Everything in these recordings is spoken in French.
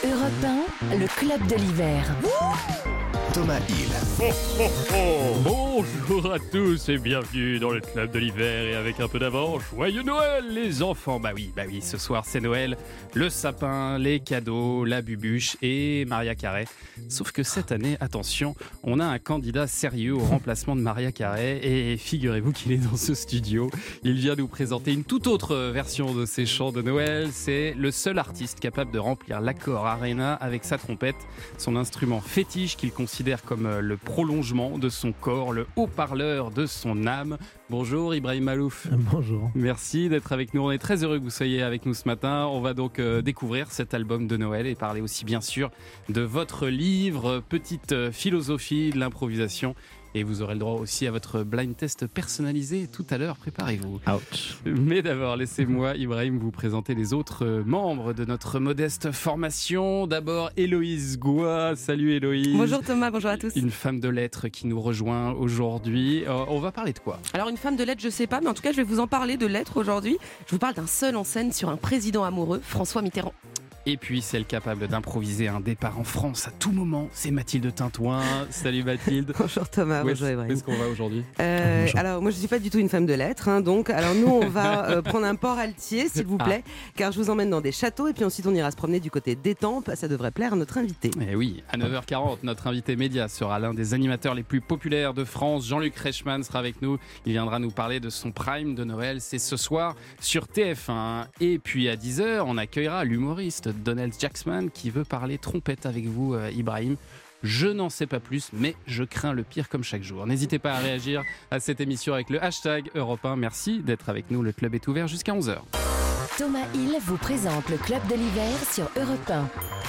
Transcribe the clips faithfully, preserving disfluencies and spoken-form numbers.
Europe un, le club de l'hiver. Thomas Hill. Oh, oh, oh. Bonjour à tous et bienvenue dans le club de l'hiver et avec un peu d'avance, joyeux Noël les enfants. Bah oui, bah oui, ce soir c'est Noël, le sapin, les cadeaux, la bubuche et Maria Carey. Sauf que cette année, attention, on a un candidat sérieux au remplacement de Maria Carey et figurez-vous qu'il est dans ce studio. Il vient nous présenter une toute autre version de ses chants de Noël. C'est le seul artiste capable de remplir l'Accor Arena avec sa trompette, son instrument fétiche qu'il considère comme le prolongement de son corps, le haut-parleur de son âme. Bonjour Ibrahim Malouf. Bonjour. Merci d'être avec nous. On est très heureux que vous soyez avec nous ce matin. On va donc euh, découvrir cet album de Noël et parler aussi bien sûr de votre livre, Petite philosophie de l'improvisation. Et vous aurez le droit aussi à votre blind test personnalisé tout à l'heure. Préparez-vous. Ouch. Mais d'abord, laissez-moi, Ibrahim, vous présenter les autres membres de notre modeste formation. D'abord, Héloïse Goua. Salut Héloïse. Bonjour Thomas, bonjour à tous. Une femme de lettres qui nous rejoint aujourd'hui. Euh, on va parler de quoi ? Alors une femme de lettres, je sais pas, mais en tout cas, je vais vous en parler de lettres aujourd'hui. Je vous parle d'un seul en scène sur un président amoureux, François Mitterrand. Et puis celle capable d'improviser un départ en France à tout moment, c'est Mathilde Tintoin. Salut Mathilde. Bonjour Thomas, Où bonjour est-ce, Ibrahim. où est-ce qu'on va aujourd'hui ? Euh, alors moi je suis pas du tout une femme de lettres, hein, donc alors nous on va euh, prendre un port altier s'il vous plaît, ah. car je vous emmène dans des châteaux et puis ensuite on ira se promener du côté d'Étampes. Ça devrait plaire à notre invité. Et oui, à neuf heures quarante, notre invité média sera l'un des animateurs les plus populaires de France. Jean-Luc Reichmann sera avec nous. Il viendra nous parler de son prime de Noël. C'est ce soir sur T F un. Et puis à dix heures, on accueillera l'humoriste Donald Jackson qui veut parler trompette avec vous, euh, Ibrahim. Je n'en sais pas plus, mais je crains le pire comme chaque jour. N'hésitez pas à réagir à cette émission avec le hashtag Europe un. Merci d'être avec nous. Le club est ouvert jusqu'à onze heures. Thomas Hill vous présente le club de l'hiver sur Europe un.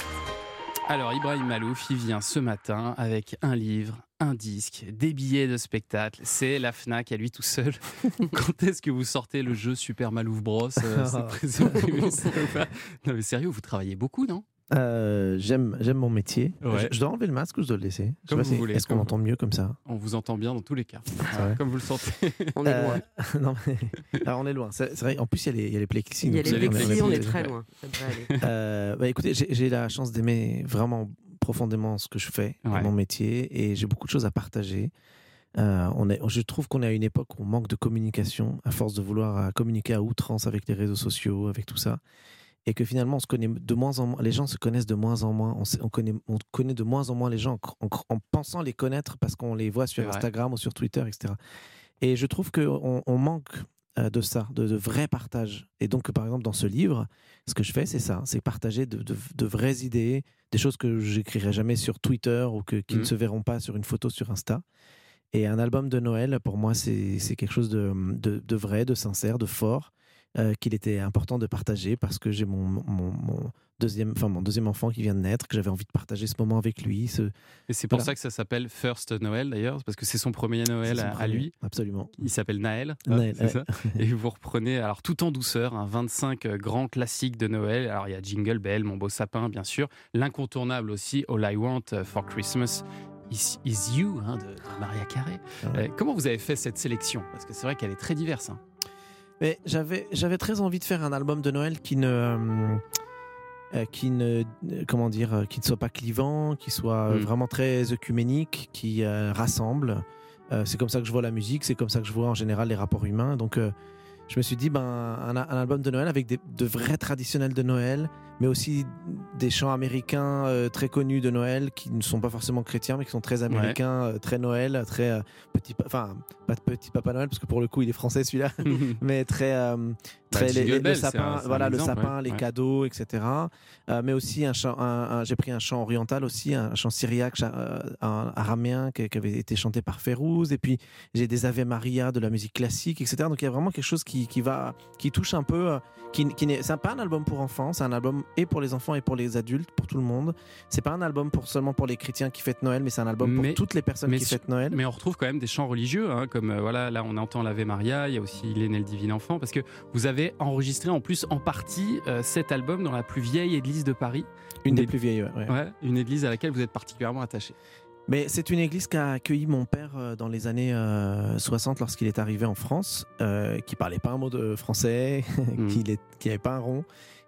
Alors, Ibrahim Malouf, il vient ce matin avec un livre, un disque, des billets de spectacle. C'est la Fnac à lui tout seul. Quand est-ce que vous sortez le jeu Super Malouf Bros euh, c'est très prévu, c'est pas... Non mais sérieux, vous travaillez beaucoup, non ? Euh, j'aime, j'aime mon métier. Ouais. Je, je dois enlever le masque ou je dois le laisser ? Je Comme sais pas vous si- voulez. Est-ce qu'on Comme entend mieux comme ça ? On vous entend bien dans tous les cas, vrai. comme vous le sentez. On est Euh, loin. non, mais... Alors on est loin. C'est, c'est vrai. En plus, il y a les, il y a les plexis. Il y a donc les vous avez- plexis, on est on très loin. Ça devrait aller. Euh, bah, écoutez, j'ai, j'ai la chance d'aimer vraiment profondément ce que je fais, Ouais. mon métier, et j'ai beaucoup de choses à partager. Euh, on est, je trouve qu'on est à une époque où on manque de communication, à force de vouloir euh, communiquer à outrance avec les réseaux sociaux, avec tout ça, et que finalement on se connaît de moins en moins, les gens se connaissent de moins en moins, on, sait- on connaît, on connaît de moins en moins les gens en, en- en pensant les connaître parce qu'on les voit sur C'est vrai. Instagram ou sur Twitter, et cetera. Et je trouve qu'on on manque euh, de ça, de, de vrais partages. Et donc, par exemple, dans ce livre, ce que je fais, c'est ça, c'est partager de, de, de vraies idées, des choses que j'écrirai jamais sur Twitter ou que, qui Mhm. ne se verront pas sur une photo sur Insta. Et un album de Noël, pour moi, c'est, c'est quelque chose de, de, de vrai, de sincère, de fort, euh, qu'il était important de partager parce que j'ai mon, mon, mon deuxième, enfin, mon deuxième enfant qui vient de naître, que j'avais envie de partager ce moment avec lui. Ce... Et c'est pour Voilà. ça que ça s'appelle First Noël d'ailleurs, parce que c'est son premier Noël c'est son à, à premier. lui. Absolument. Il s'appelle Naël, Naël, c'est ouais. ça. Et vous reprenez, alors tout en douceur, un vingt-cinq grands classiques de Noël. Alors il y a Jingle Bell, Mon beau sapin, bien sûr. L'incontournable aussi, All I Want for Christmas is, is You, hein, de, de Maria Carey. Ouais. Euh, comment vous avez fait cette sélection ? Parce que c'est vrai qu'elle est très diverse. Hein. Mais j'avais, j'avais très envie de faire un album de Noël qui ne, euh, euh, qui ne, euh, comment dire, euh, qui ne soit pas clivant, qui soit euh, Mm. vraiment très œcuménique, qui euh, rassemble. Euh, c'est comme ça que je vois la musique, c'est comme ça que je vois en général les rapports humains. Donc, euh, je me suis dit, ben, un, un album de Noël avec des, de vrais traditionnels de Noël, mais aussi des chants américains euh, très connus de Noël qui ne sont pas forcément chrétiens, mais qui sont très américains, euh, très Noël, très euh, petit, pa- enfin pas de petit Papa Noël parce que pour le coup il est français celui-là, mais très, euh, très Bah, les- Jingle les- le Bell, c'est sapin, un- c'est un voilà le exemple, sapin, ouais. les Ouais. cadeaux, et cetera. Euh, mais aussi un chant, un- un- j'ai pris un chant oriental aussi, un chant syriaque, cha- euh, un araméen qui, qui avait été chanté par Férouz, et puis j'ai des Ave Maria de la musique classique, et cetera. Donc il y a vraiment quelque chose qui, qui va, qui touche un peu, euh, qui, qui n'est, c'est pas un album pour enfants, c'est un album et pour les enfants et pour les adultes, pour tout le monde. C'est pas un album pour seulement pour les chrétiens qui fêtent Noël, mais c'est un album Mais- pour toutes les personnes mais qui su- fêtent Noël. Mais on retrouve quand même des chants religieux, hein, comme euh, voilà, là on entend l'Ave Maria, il y a aussi Il est né le divin enfant, parce que vous avez enregistré en plus en partie euh, cet album dans la plus vieille église de Paris. Une des des- plus vieilles, ouais, ouais. Ouais, une église à laquelle vous êtes particulièrement attaché. Mais c'est une église qui a accueilli mon père euh, dans les années euh, soixante lorsqu'il est arrivé en France, euh, qui parlait pas un mot de français, Mm. qui n'avait pas un rond.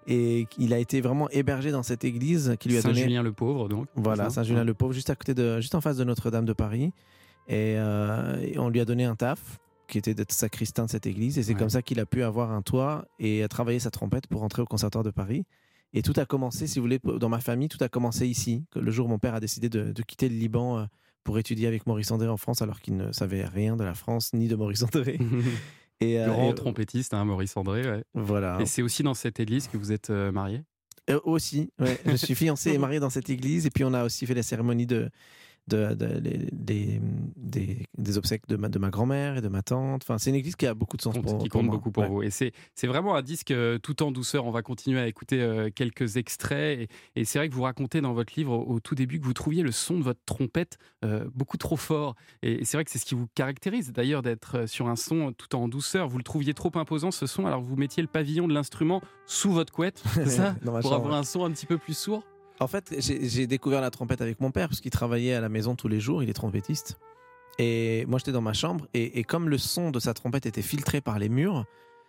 et il a été vraiment hébergé dans cette église qui lui a donné. Saint-Julien le Pauvre, donc. Voilà, Saint-Julien le Pauvre, juste à côté de, juste en face de Notre-Dame de Paris. Et, euh, et on lui a donné un taf qui était d'être sacristain de cette église. Et c'est ouais. comme ça qu'il a pu avoir un toit et travailler sa trompette pour entrer au Conservatoire de Paris. Et tout a commencé, si vous voulez, dans ma famille, tout a commencé ici. Le jour où mon père a décidé de, de quitter le Liban pour étudier avec Maurice André en France, alors qu'il ne savait rien de la France ni de Maurice André. Et, Grand euh, et, trompettiste, hein, Maurice André. Ouais. Voilà. Et c'est aussi dans cette église que vous êtes euh, marié ? euh, Aussi, ouais. Je suis fiancé et marié dans cette église. Et puis on a aussi fait la cérémonie de... De, de, de, des, des, des obsèques de ma, de ma grand-mère et de ma tante. Enfin, c'est une église qui a beaucoup de sens compte, pour, qui pour compte moi. beaucoup pour ouais. vous. Et c'est, c'est vraiment un disque euh, tout en douceur. On va continuer à écouter euh, quelques extraits. Et, et c'est vrai que vous racontez dans votre livre, au, au tout début, que vous trouviez le son de votre trompette euh, beaucoup trop fort. Et c'est vrai que c'est ce qui vous caractérise, d'ailleurs, d'être sur un son tout en douceur. Vous le trouviez trop imposant, ce son, alors vous mettiez le pavillon de l'instrument sous votre couette, c'est ça Pour chambre, avoir ouais. un son un petit peu plus sourd. En fait, j'ai, j'ai découvert la trompette avec mon père parce qu'il travaillait à la maison tous les jours, il est trompettiste. Et moi, j'étais dans ma chambre et, et comme le son de sa trompette était filtré par les murs,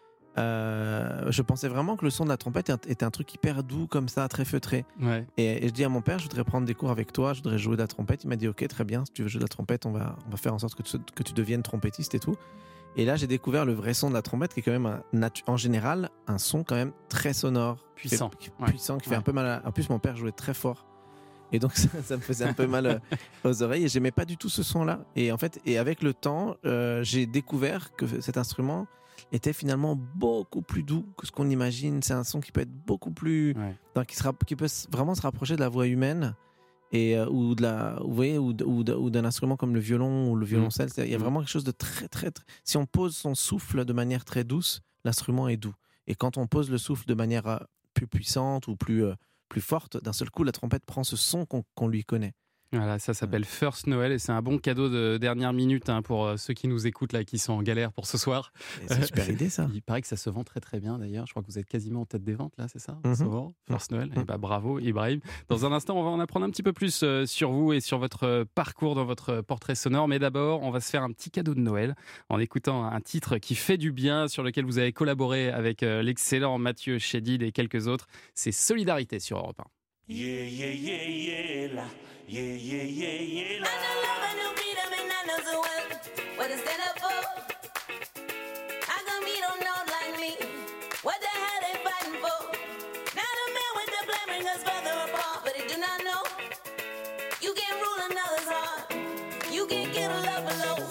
euh, je pensais vraiment que le son de la trompette était un truc hyper doux comme ça, très feutré. Ouais. Et, et je dis à mon père, je voudrais prendre des cours avec toi, je voudrais jouer de la trompette. Il m'a dit, ok, très bien, si tu veux jouer de la trompette, on va, on va faire en sorte que tu, que tu deviennes trompettiste et tout. Et là, j'ai découvert le vrai son de la trompette, qui est quand même, un, natu- en général, un son quand même très sonore. Puissant. Qui fait, ouais. Puissant, qui ouais. fait un peu mal à... En plus, mon père jouait très fort. Et donc, ça, ça me faisait un peu mal euh, aux oreilles. Et j'aimais pas du tout ce son-là. Et en fait, et avec le temps, euh, j'ai découvert que cet instrument était finalement beaucoup plus doux que ce qu'on imagine. C'est un son qui peut être beaucoup plus... Ouais. Donc, qui, sera, qui peut vraiment se rapprocher de la voix humaine. Et, euh, ou, de la, vous voyez, ou, de, ou, de, ou d'un instrument comme le violon ou le violoncelle. Mmh. Il y a vraiment quelque chose de très, très, très... Si on pose son souffle de manière très douce, l'instrument est doux. Et quand on pose le souffle de manière euh, plus puissante ou plus, euh, plus forte, d'un seul coup, la trompette prend ce son qu'on, qu'on lui connaît. Voilà, ça s'appelle First Noël et c'est un bon cadeau de dernière minute hein, pour ceux qui nous écoutent là, qui sont en galère pour ce soir. Et c'est une super idée ça. Il paraît que ça se vend très très bien d'ailleurs. Je crois que vous êtes quasiment en tête des ventes là, c'est ça mm-hmm. Ça vend First Noël. Mm-hmm. Et bah bravo Ibrahim. Dans un instant, on va en apprendre un petit peu plus euh, sur vous et sur votre parcours dans votre portrait sonore. Mais d'abord, on va se faire un petit cadeau de Noël en écoutant un titre qui fait du bien, sur lequel vous avez collaboré avec euh, l'excellent Mathieu Chédid et quelques autres. C'est Solidarité sur Europe un. Yeah, yeah, yeah, yeah, la. Yeah, yeah, yeah, yeah, la. I know love and no freedom and I know so well what to stand up for. How come you don't know like me what the hell they fighting for? Now the man with the blame bring us further apart, but he do not know you can't rule another's heart. You can't kill a love alone.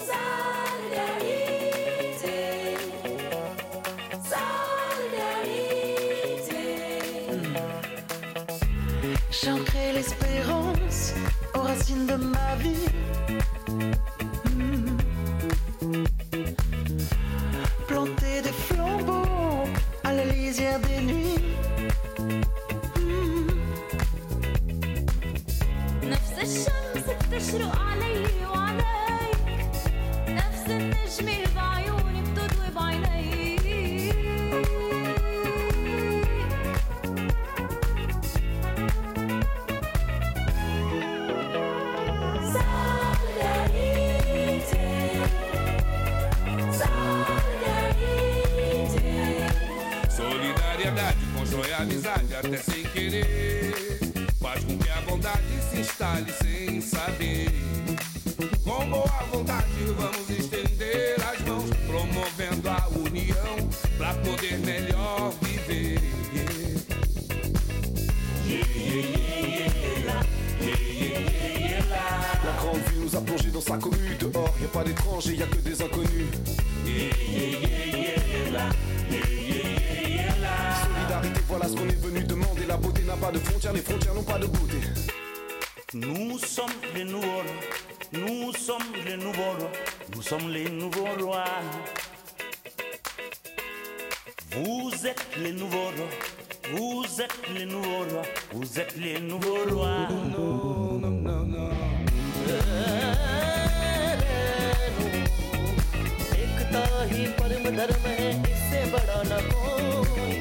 J'ancrais l'espérance aux racines de ma vie. Mmh. Planter des flambeaux à la lisière des nuits. Mmh. نفس الشمس بتشرق علي وعليك نفس النجمة بعيوني بتضوي بعينيك Solidariedade constrói amizade até sem querer. Faz com que a bondade se instale sem saber. Com boa vontade vamos estender as mãos, promovendo a união pra poder melhor viver. Yeah, yeah, yeah, yeah, la. Yeah, yeah, yeah, yeah, la. La grande ville nous a plongé dans sa cohue. Dehors, y a pas d'étrangers, y a que des inconnus. Yeah, yeah, yeah, yeah, la. Solidarité, voilà ce qu'on est venu demander. La beauté n'a pas de frontières, les frontières n'ont pas de beauté. Nous sommes les nouveaux rois, nous sommes les nouveaux rois, nous sommes les nouveaux rois. Vous êtes les nouveaux rois, vous êtes les nouveaux rois, vous êtes les nouveaux rois. Non, non, non, non. एकता ही परम धर्म है इससे बड़ा न कोई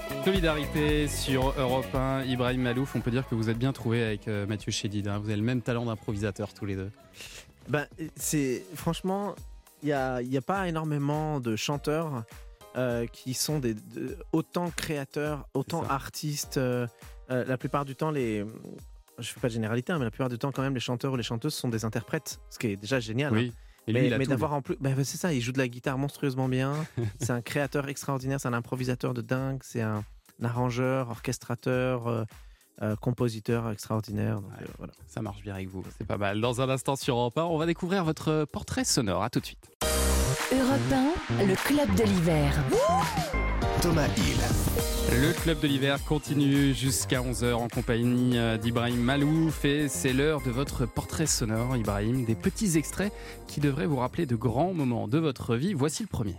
Solidarité sur Europe un. Ibrahim Malouf, on peut dire que vous êtes bien trouvé avec euh, Mathieu Chédid. Hein. Vous avez le même talent d'improvisateur tous les deux. Ben, c'est, franchement, il n'y a, y a pas énormément de chanteurs euh, qui sont des, de, autant créateurs, autant artistes. Euh, euh, la plupart du temps, les... je ne fais pas de généralité, hein, mais la plupart du temps, quand même, les chanteurs ou les chanteuses sont des interprètes, ce qui est déjà génial. Oui. Hein. Et lui, mais il a mais tout, d'avoir lui. en plus, ben, c'est ça, il joue de la guitare monstrueusement bien. C'est un créateur extraordinaire, c'est un improvisateur de dingue, c'est un, un arrangeur, orchestrateur, euh, euh, compositeur extraordinaire. Donc, Ouais, euh, voilà. Ça marche bien avec vous, c'est pas mal. Dans un instant sur Europe un, on va découvrir votre portrait sonore. À tout de suite. Europe un, le club de l'hiver. Thomas Hill. Le club de l'hiver continue jusqu'à onze heures en compagnie d'Ibrahim Malouf et c'est l'heure de votre portrait sonore, Ibrahim. Des petits extraits qui devraient vous rappeler de grands moments de votre vie. Voici le premier.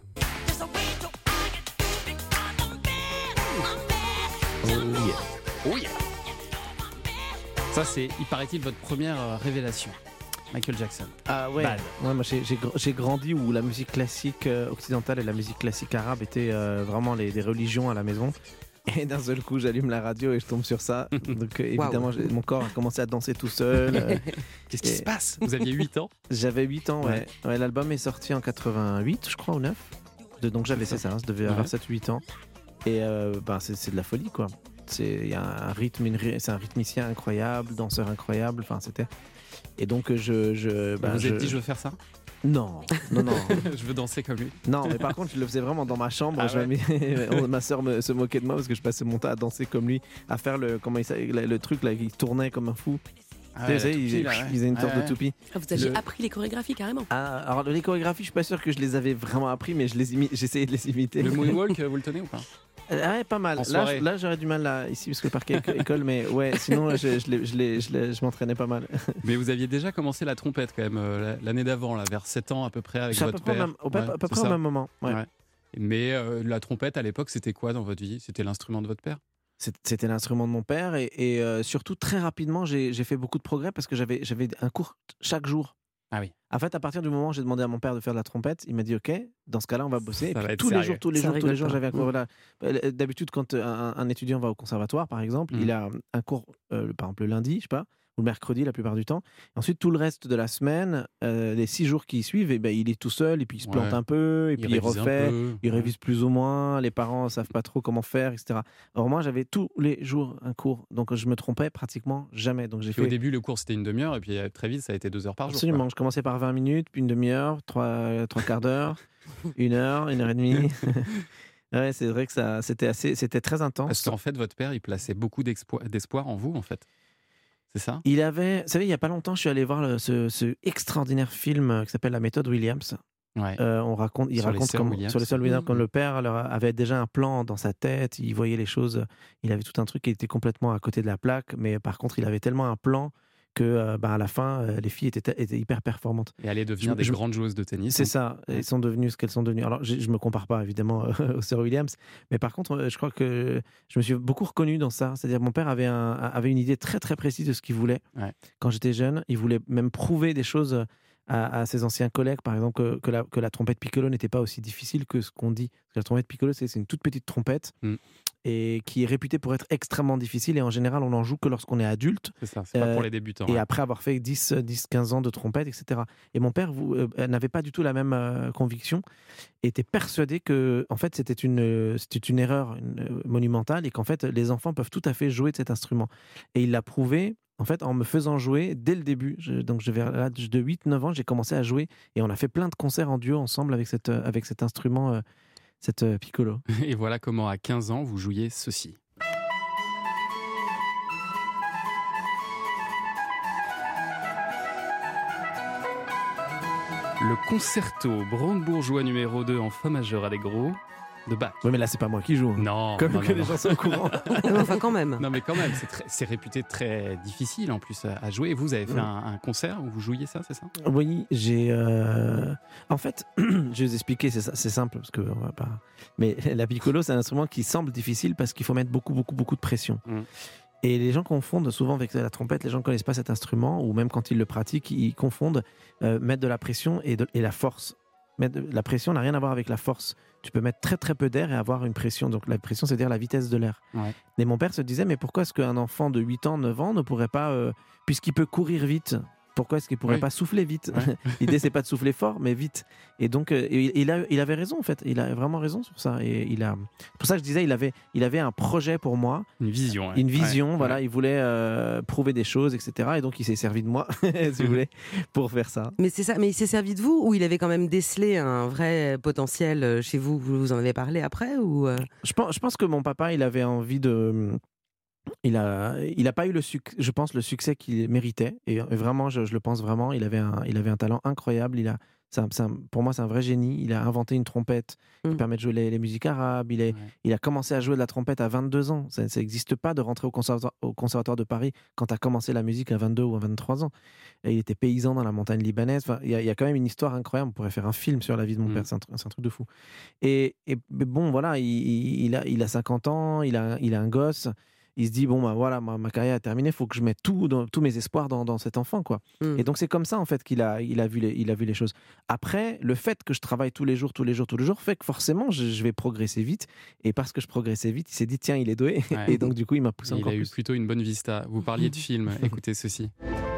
Oh yeah. Oh yeah. Ça c'est, il paraît-il, votre première euh, révélation. Michael Jackson. Ah ouais, Bad. ouais moi j'ai, j'ai, gr- j'ai grandi où la musique classique euh, occidentale et la musique classique arabe étaient euh, vraiment les, des religions à la maison. Et d'un seul coup, j'allume la radio et je tombe sur ça. Donc euh, évidemment, j'ai- mon corps a commencé à danser tout seul. euh, Qu'est-ce qui Et- se passe? Vous aviez huit ans? J'avais huit ans, ouais. Ouais. Ouais, l'album est sorti en quatre-vingt-huit, je crois, ou neuf. De- donc j'avais, c'est ça, hein, je devais avoir Ouais. sept huit ans. Et euh, ben, c'est, c'est de la folie, quoi. C'est, il y a un rythme, une ry- c'est un rythmicien incroyable, danseur incroyable. Enfin, c'était. Et donc je, je, ben, Vous vous je... êtes dit, je veux faire ça? Non, non, non. Je veux danser comme lui. Non, mais par contre, je le faisais vraiment dans ma chambre. Ah Je ouais. m'avais- ma soeur me, se moquait de moi parce que je passais mon temps à danser comme lui, à faire le, comment il s'appelle, le, le truc là, il tournait comme un fou. Ah Tu ouais, sais, la il, toupie, là, ouais. il faisait une sorte Ouais, de toupie. Ah, vous aviez Le- appris les chorégraphies carrément. Ah, alors les chorégraphies, je suis pas sûr que je les avais vraiment appris, mais je les imi- j'essayais de les imiter. Le moonwalk, vous le tenez ou pas? Ah ouais, pas mal. En Là, soirée. je- là, j'aurais du mal là, ici parce que le parquet est école, mais ouais, sinon je, je, l'ai- je, l'ai- je, l'ai- je m'entraînais pas mal. Mais vous aviez déjà commencé la trompette quand même euh, l'année d'avant, là, vers sept ans à peu près avec C'est à peu votre près, au père. même, au, peu- Ouais, à peu c'est près au ça. même moment. Ouais. Ouais. Mais euh, la trompette à l'époque, c'était quoi dans votre vie? C'était l'instrument de votre père? C'est- C'était l'instrument de mon père et, et, euh, surtout très rapidement j'ai j'ai fait beaucoup de progrès parce que j'avais j'avais un cours chaque jour. Ah oui. En fait, à partir du moment où j'ai demandé à mon père de faire de la trompette, il m'a dit OK, dans ce cas-là, on va bosser. Et Ça va puis être tous les sérieux. jours, tous les Ça jours, tous rigole les jours, pas. j'avais un cours. Mm. Voilà. Euh, D'habitude, quand euh, un, un étudiant va au conservatoire, par exemple, Mm. il a un cours, euh, par exemple le lundi, je sais pas, ou le mercredi la plupart du temps. Et ensuite, tout le reste de la semaine, euh, les six jours qui suivent, et ben, il est tout seul et puis il se plante Ouais. un peu et puis il révise un refait. peu. Il révise plus ou moins, les parents ne savent pas trop comment faire, et cetera. Alors moi, j'avais tous les jours un cours, donc je me trompais pratiquement jamais. Donc j'ai Et au fait début, le cours c'était une demi-heure et puis euh, très vite, ça a été deux heures par jour. absolument. Je commençais par vingt minutes, puis une demi-heure, trois, trois quarts d'heure, une heure, une heure et demie. Ouais, c'est vrai que ça, c'était assez, c'était très Parce intense. qu'en fait, votre père, il plaçait beaucoup d'expo- d'espoir en vous, en fait. C'est ça? Il avait, vous savez, il y a pas longtemps, je suis allé voir le- ce, ce extraordinaire film euh, qui s'appelle La méthode Williams. Ouais. Euh, on raconte, il Sur les raconte sœurs comme, Williams. sur les sœurs Williams, Mhm. comme le père leur avait déjà un plan dans sa tête, il voyait les choses, il avait tout un truc qui était complètement à côté de la plaque, mais par contre, il avait tellement un plan que, euh, bah, à la fin, euh, les filles étaient, étaient hyper performantes. Et aller devenir Je- des je- grandes joueuses de tennis. C'est hein. ça, Ouais. elles sont devenues ce qu'elles sont devenues. Alors, je, je me compare pas évidemment aux sœurs Williams, mais par contre, euh, je crois que je me suis beaucoup reconnu dans ça. C'est-à-dire, mon père avait, un, avait une idée très très précise de ce qu'il voulait. Ouais. Quand j'étais jeune, il voulait même prouver des choses à, à ses anciens collègues, par exemple, que, que, la, que la trompette piccolo n'était pas aussi difficile que ce qu'on dit. Parce que la trompette piccolo, c'est c'est une toute petite trompette Mm. et qui est réputée pour être extrêmement difficile. Et en général, on en joue que lorsqu'on est adulte. C'est ça, c'est pas Euh, pour les débutants. Et ouais. après avoir fait dix, dix, quinze ans de trompette, et cetera. Et mon père vous, euh, n'avait pas du tout la même euh, conviction, était persuadé que en fait, c'était une, euh, c'était une erreur une, euh, monumentale et qu'en fait, les enfants peuvent tout à fait jouer de cet instrument. Et il l'a prouvé en fait, en me faisant jouer dès le début. Je, donc, je, vers l'âge de huit neuf ans, j'ai commencé à jouer et on a fait plein de concerts en duo ensemble avec, cette, euh, avec cet instrument, euh, cette euh, piccolo. Et voilà comment, à quinze ans, vous jouiez ceci. Le concerto brandebourgeois numéro deux en fa majeur allegro de Bach. Oui, mais là, c'est pas moi qui joue. hein. Non, Comme non, que non, les non. gens sont au courant. Non, enfin, quand même. Non, mais quand même, c'est, très- c'est réputé très difficile en plus à, à jouer. Et vous avez fait Mm. un, un concert où vous jouiez ça, c'est ça? Oui, j'ai. euh, En fait, je vais vous expliquer, c'est, ça- c'est simple, parce que on va pas. Mais la piccolo, c'est un instrument qui semble difficile parce qu'il faut mettre beaucoup, beaucoup, beaucoup de pression. Mm. Et les gens confondent souvent avec la trompette, les gens ne connaissent pas cet instrument, ou même quand ils le pratiquent, ils confondent euh, mettre de la pression et, de- et la force. mettre, la pression n'a rien à voir avec la force. Tu peux mettre très très peu d'air et avoir une pression. Donc la pression, c'est-à-dire la vitesse de l'air. Ouais. Et mon père se disait, mais pourquoi est-ce qu'un enfant de huit ans, neuf ans ne pourrait pas, euh, puisqu'il peut courir vite, pourquoi est-ce qu'il ne pourrait Oui. pas souffler vite? Ouais. L'idée, c'est pas de souffler fort, mais vite. Et donc, euh, il, il, a, il avait raison, en fait. Il a vraiment raison sur ça. Et il a... C'est pour ça que je disais, il avait, il avait un projet pour moi. Une vision. Ouais. Une vision, Ouais. voilà. Ouais. Il voulait euh, prouver des choses, et cetera. Et donc, il s'est servi de moi, si vous voulez, pour faire ça. Mais c'est ça. Mais il s'est servi de vous ou il avait quand même décelé un vrai potentiel euh, chez vous? Vous vous en avez parlé après ou euh... Je pense, je pense que mon papa, il avait envie de... Il a, il a pas eu le suc- je pense le succès qu'il méritait et vraiment, je, je le pense vraiment. Il avait un, il avait un talent incroyable. Il a, c'est un- c'est un- pour moi, c'est un vrai génie. Il a inventé une trompette qui Mm. permet de jouer les, les musiques arabes. Il, est, Ouais. il a commencé à jouer de la trompette à vingt-deux ans. Ça n'existe pas de rentrer au conservatoire, au conservatoire de Paris quand tu as commencé la musique à vingt-deux ou à vingt-trois ans. Et il était paysan dans la montagne libanaise. Enfin, il y, a- il y a quand même une histoire incroyable. On pourrait faire un film sur la vie de mon Mm. père. C'est un, tru- c'est un truc de fou. Et, et mais bon, voilà, il, il- il a, il a cinquante ans. Il a, il a un gosse. Il se dit, bon, bah voilà, ma, ma carrière est terminée, il faut que je mette tout dans- tous mes espoirs dans, dans cet enfant, quoi. Mm. Et donc, c'est comme ça, en fait, qu'il a, il a, vu les, il a vu les choses. Après, le fait que je travaille tous les jours, tous les jours, tous les jours, fait que forcément, je, je vais progresser vite. Et parce que je progressais vite, il s'est dit, tiens, il est doué. Ouais. Et donc, du coup, il m'a poussé Il encore a eu plus. plutôt une bonne vista. Vous parliez de films. Écoutez ceci.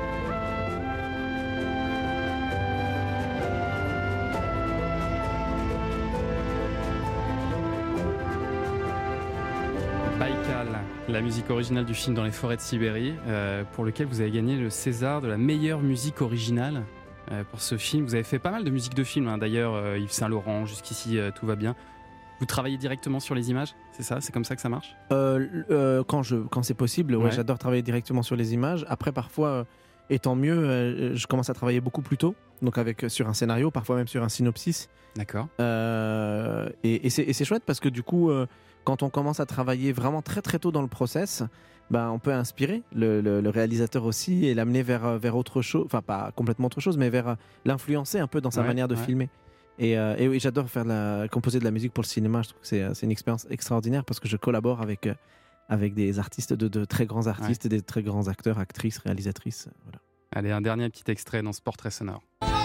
Baïkal, la musique originale du film Dans les forêts de Sibérie, euh, pour lequel vous avez gagné le César de la meilleure musique originale. Euh, pour ce film, vous avez fait pas mal de musique de film, hein. D'ailleurs, euh, Yves Saint-Laurent, jusqu'ici, euh, tout va bien. Vous travaillez directement sur les images, c'est ça? C'est comme ça que ça marche? Euh, euh, quand je, quand c'est possible, ouais, Ouais. j'adore travailler directement sur les images. Après, parfois, euh, étant mieux, euh, je commence à travailler beaucoup plus tôt. Donc, avec, sur un scénario, parfois même sur un synopsis. D'accord. Euh, et, et c'est, et c'est chouette parce que du coup, euh, quand on commence à travailler vraiment très très tôt dans le process, ben, on peut inspirer le, le- le réalisateur aussi et l'amener vers, vers autre chose, enfin pas complètement autre chose, mais vers euh, l'influencer un peu dans sa Ouais, manière de ouais. filmer. Et, euh, et oui, j'adore faire de la, composer de la musique pour le cinéma. Je trouve que c'est, euh, c'est une expérience extraordinaire parce que je collabore avec, euh, avec des artistes, de, de très grands artistes, et des très grands acteurs, actrices, réalisatrices. euh, Voilà. Allez, un dernier petit extrait dans ce portrait sonore.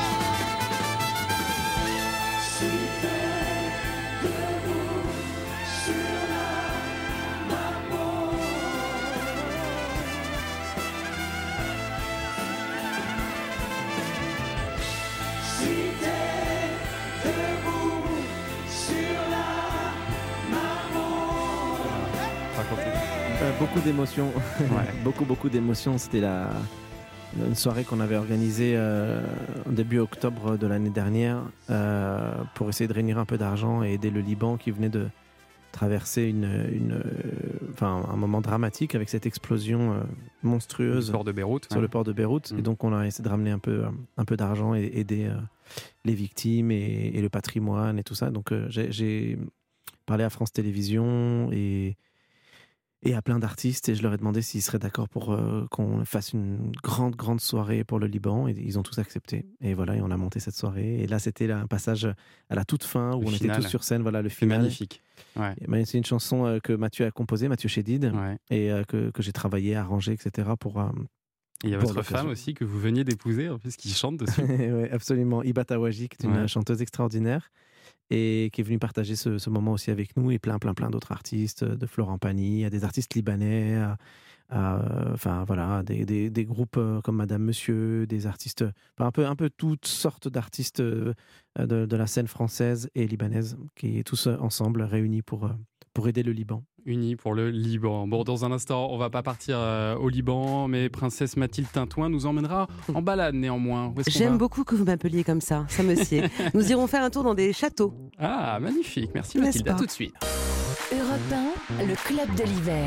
Racontez. Euh, beaucoup d'émotions, Ouais. beaucoup beaucoup d'émotions. C'était la une soirée qu'on avait organisée euh, en début octobre de l'année dernière euh, pour essayer de réunir un peu d'argent et aider le Liban qui venait de traverser une, une, euh, enfin, un moment dramatique avec cette explosion euh, monstrueuse Le port de Beyrouth. sur ouais. le port de Beyrouth. Mm. Et donc, on a essayé de ramener un peu, euh, un peu d'argent et aider euh, les victimes et, et le patrimoine et tout ça. Donc, euh, j'ai, j'ai parlé à France Télévisions et, et à plein d'artistes et je leur ai demandé s'ils seraient d'accord pour euh, qu'on fasse une grande, grande soirée pour le Liban. Et ils ont tous accepté. Et voilà, et on a monté cette soirée. Et là, c'était là, un passage à la toute fin où Le on final. était tous sur scène. Voilà, le C'est final. magnifique. Ouais. Et ben, c'est une chanson euh, que Mathieu a composée, Mathieu Chédid, Ouais. et euh, que, que j'ai travaillé, arrangé, et cetera pour... euh, Et il y a Pour votre l'occasion. femme aussi que vous veniez d'épouser, en plus, qui chante dessus. Oui, absolument. Iba Tawaji, qui est une Ouais. chanteuse extraordinaire et qui est venue partager ce, ce moment aussi avec nous et plein, plein, plein d'autres artistes, de Florent Pagny, à des artistes libanais, à, à, euh, enfin voilà, des, des, des groupes euh, comme Madame Monsieur, des artistes, enfin, un peu, un peu toutes sortes d'artistes euh, de, de la scène française et libanaise qui est tous euh, ensemble réunis pour, euh, pour aider le Liban. Unis pour le Liban. Bon, dans un instant, on va pas partir euh, au Liban, mais Princesse Mathilde Tintouin nous emmènera en balade néanmoins. Où est-ce qu'on J'aime va beaucoup que vous m'appeliez comme ça, ça me sied. Nous irons faire un tour dans des châteaux. Ah, magnifique. Merci N'est-ce Mathilde. À pas tout de suite. Europe un, le club de l'hiver.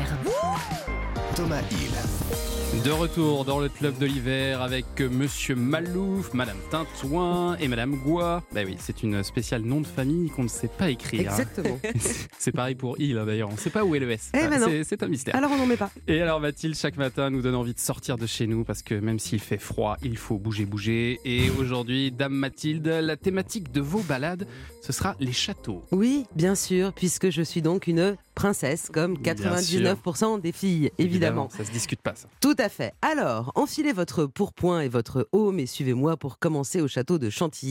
Thomas Hill. De retour dans le club de l'hiver avec euh, Monsieur Malouf, Madame Tintouin et Madame Goua. Bah oui, c'est une spéciale nom de famille qu'on ne sait pas écrire. Exactement. C'est pareil pour il hein, d'ailleurs. On ne sait pas où est le S. Eh ben Ah, non. c'est, c'est un mystère. Alors on n'en met pas. Et alors Mathilde, chaque matin, nous donne envie de sortir de chez nous parce que même s'il fait froid, il faut bouger, bouger. Et aujourd'hui, Dame Mathilde, la thématique de vos balades, ce sera les châteaux. Oui, bien sûr, puisque je suis donc une princesse, comme quatre-vingt-dix-neuf pour cent des filles, évidemment. Ça se discute pas, ça. Tout à fait. Alors, enfilez votre pourpoint et votre aume et suivez-moi pour commencer au château de Chantilly,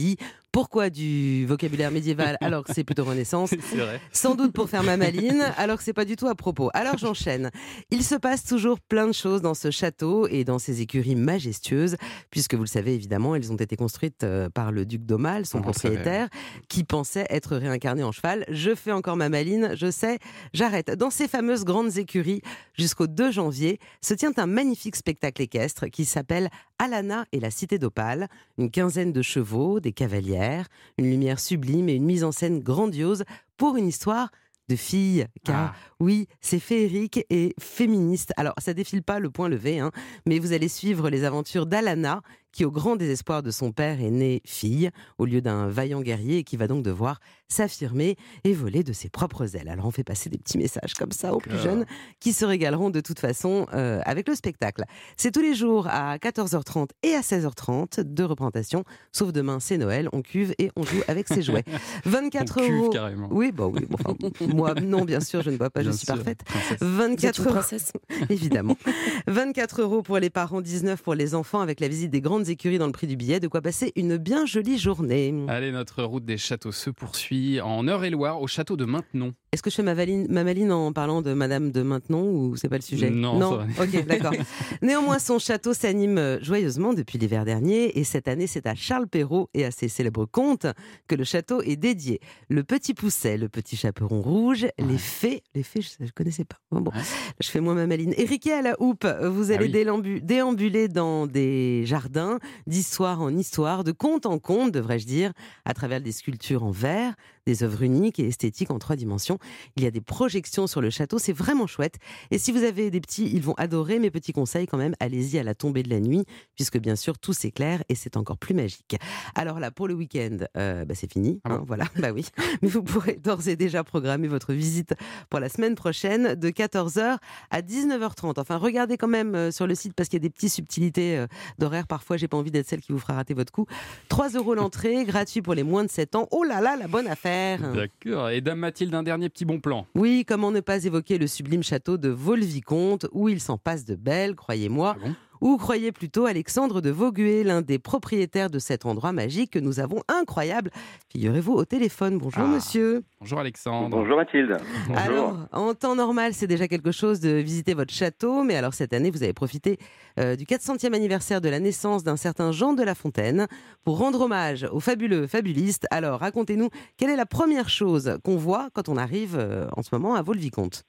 Pourquoi du vocabulaire médiéval alors que c'est plutôt Renaissance? C'est vrai. Sans doute pour faire ma maline, alors que c'est pas du tout à propos. Alors j'enchaîne. Il se passe toujours plein de choses dans ce château et dans ces écuries majestueuses, puisque vous le savez évidemment, elles ont été construites euh, par le duc d'Aumale, son On le savait, propriétaire, qui pensait être réincarné en cheval. Je fais encore ma maline, je sais, j'arrête. Dans ces fameuses grandes écuries, jusqu'au deux janvier, se tient un magnifique spectacle équestre qui s'appelle Alana et la cité d'Opale. Une quinzaine de chevaux, des cavalières, une lumière sublime et une mise en scène grandiose pour une histoire de filles, car Ah. oui, c'est féerique et féministe. Alors, ça défile pas le point levé, hein, mais vous allez suivre les aventures d'Alana, qui, au grand désespoir de son père, est née fille, au lieu d'un vaillant guerrier, et qui va donc devoir s'affirmer et voler de ses propres ailes. Alors, on fait passer des petits messages comme ça aux plus D'accord. jeunes, qui se régaleront de toute façon euh, avec le spectacle. C'est tous les jours à quatorze heures trente et à seize heures trente, deux représentations, sauf demain, c'est Noël, on cuve et on joue avec ses jouets. vingt-quatre On cuve euros. carrément. Oui, bah oui. Bon, enfin, moi, non, bien sûr, je ne bois pas, je Bien suis sûr, parfaite. princesse. vingt-quatre euros. princesse. Évidemment. vingt-quatre euros pour les parents, dix-neuf pour les enfants, avec la visite des grandes écuries dans le prix du billet. De quoi passer une bien jolie journée. Allez, notre route des châteaux se poursuit en Eure-et-Loire, au château de Maintenon. Est-ce que je fais ma, valine, ma maline en parlant de Madame de Maintenon ou c'est pas le sujet? Non, non. ça Ok, d'accord. Néanmoins, son château s'anime joyeusement depuis l'hiver dernier et cette année, c'est à Charles Perrault et à ses célèbres contes que le château est dédié. Le Petit Pousset, le Petit Chaperon Rouge, les Fées, les Fées, je ne connaissais pas. Bon, bon, Ouais. je fais moins ma maline. Et Riquet à la houppe, vous allez oui. déambu- déambuler dans des jardins, d'histoire en histoire, de conte en conte, devrais-je dire, à travers des sculptures en verre, des œuvres uniques et esthétiques en trois dimensions. Il y a des projections sur le château, c'est vraiment chouette. Et si vous avez des petits, ils vont adorer. Mes petits conseils quand même, allez-y à la tombée de la nuit, puisque bien sûr tout s'éclaire et c'est encore plus magique. Alors là, pour le week-end, euh, bah, c'est fini, Ah bon hein, voilà, bah oui. Mais vous pourrez d'ores et déjà programmer votre visite pour la semaine prochaine de quatorze heures à dix-neuf heures trente. Enfin, regardez quand même euh, sur le site parce qu'il y a des petites subtilités euh, d'horaire. Parfois, j'ai pas envie d'être celle qui vous fera rater votre coup. trois euros l'entrée, gratuit pour les moins de sept ans. Oh là là, la bonne affaire. D'accord. Et Dame Mathilde, un dernier petit bon plan. Oui, comment ne pas évoquer le sublime château de Vaux-le-Vicomte, où il s'en passe de belles, croyez-moi. Ah bon Ou croyez plutôt Alexandre de Vaugué, l'un des propriétaires de cet endroit magique que nous avons incroyable. Figurez-vous au téléphone. Bonjour Ah. monsieur. Bonjour Alexandre. Bonjour Mathilde. Bonjour. Alors, en temps normal, c'est déjà quelque chose de visiter votre château, mais alors cette année, vous avez profité euh, du quatre centième anniversaire de la naissance d'un certain Jean de La Fontaine pour rendre hommage aux fabuleux fabulistes. Alors, racontez-nous, quelle est la première chose qu'on voit quand on arrive euh, en ce moment à Vaux-le-Vicomte?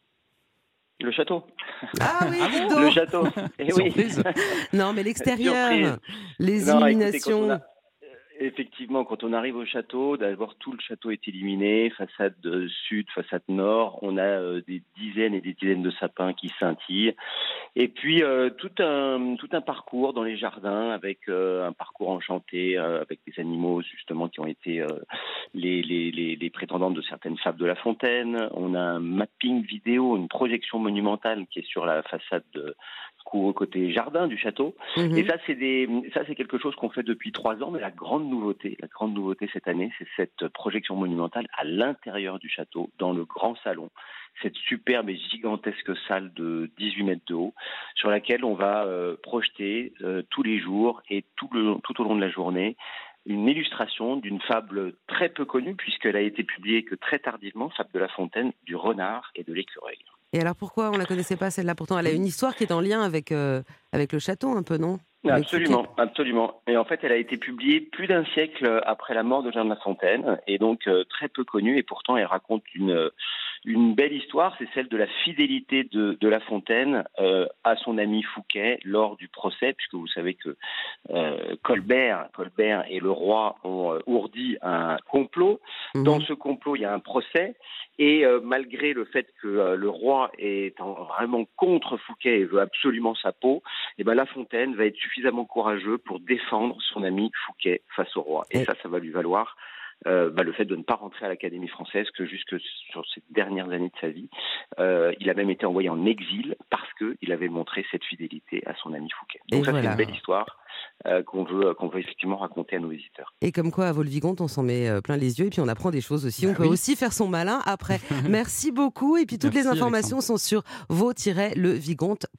Le château. Ah oui, dites donc. Le château. Eh oui. Surprise. Non, mais l'extérieur, Surprise. les Non, écoutez, illuminations. quand on a- euh, Effectivement, quand on arrive au château, d'abord tout le château est illuminé, façade euh, sud, façade nord. On a euh, des dizaines et des dizaines de sapins qui scintillent. Et puis euh, tout un tout un parcours dans les jardins avec euh, un parcours enchanté euh, avec des animaux justement qui ont été euh, les, les les les prétendantes de certaines fables de La Fontaine. On a un mapping vidéo, une projection monumentale qui est sur la façade de cour côté jardin du château. Mhm. Et ça, c'est des, ça, c'est quelque chose qu'on fait depuis trois ans. Mais la grande nouveauté, la grande nouveauté cette année, c'est cette projection monumentale à l'intérieur du château, dans le grand salon. Cette superbe et gigantesque salle de dix-huit mètres de haut, sur laquelle on va euh, projeter euh, tous les jours et tout, le, tout au long de la journée une illustration d'une fable très peu connue, puisqu'elle a été publiée que très tardivement, fable de La Fontaine, du renard et de l'écureuil. Et alors pourquoi on la connaissait pas celle-là? Pourtant, elle a une histoire qui est en lien avec, euh, avec le château un peu, non? Avec Absolument, absolument. Et en fait, elle a été publiée plus d'un siècle après la mort de Jean de La Fontaine, et donc euh, très peu connue, et pourtant elle raconte une, une belle histoire, c'est celle de la fidélité de, de La Fontaine euh, à son ami Fouquet lors du procès, puisque vous savez que euh, Colbert, Colbert et le roi ont euh, ourdi un complot. Mhm. Dans ce complot, il y a un procès, et euh, malgré le fait que euh, le roi est en- vraiment contre Fouquet et veut absolument sa peau, et ben La Fontaine va être suffisamment courageux pour défendre son ami Fouquet face au roi. Et Et- ça, ça va lui valoir euh, bah, le fait de ne pas rentrer à l'Académie française, que jusque sur ces dernières années de sa vie, euh, il a même été envoyé en exil parce qu'il avait montré cette fidélité à son ami Fouquet. Donc Et ça, voilà. c'est une belle histoire euh, qu'on veut, qu'on veut effectivement raconter à nos visiteurs. Et comme quoi, à Vaux-le-Vicomte, on s'en met euh, plein les yeux et puis on apprend des choses aussi. Bah on peut oui. aussi faire son malin après. Merci beaucoup. Et puis toutes Merci, les informations sont sur vaux tiret le vicomte point com.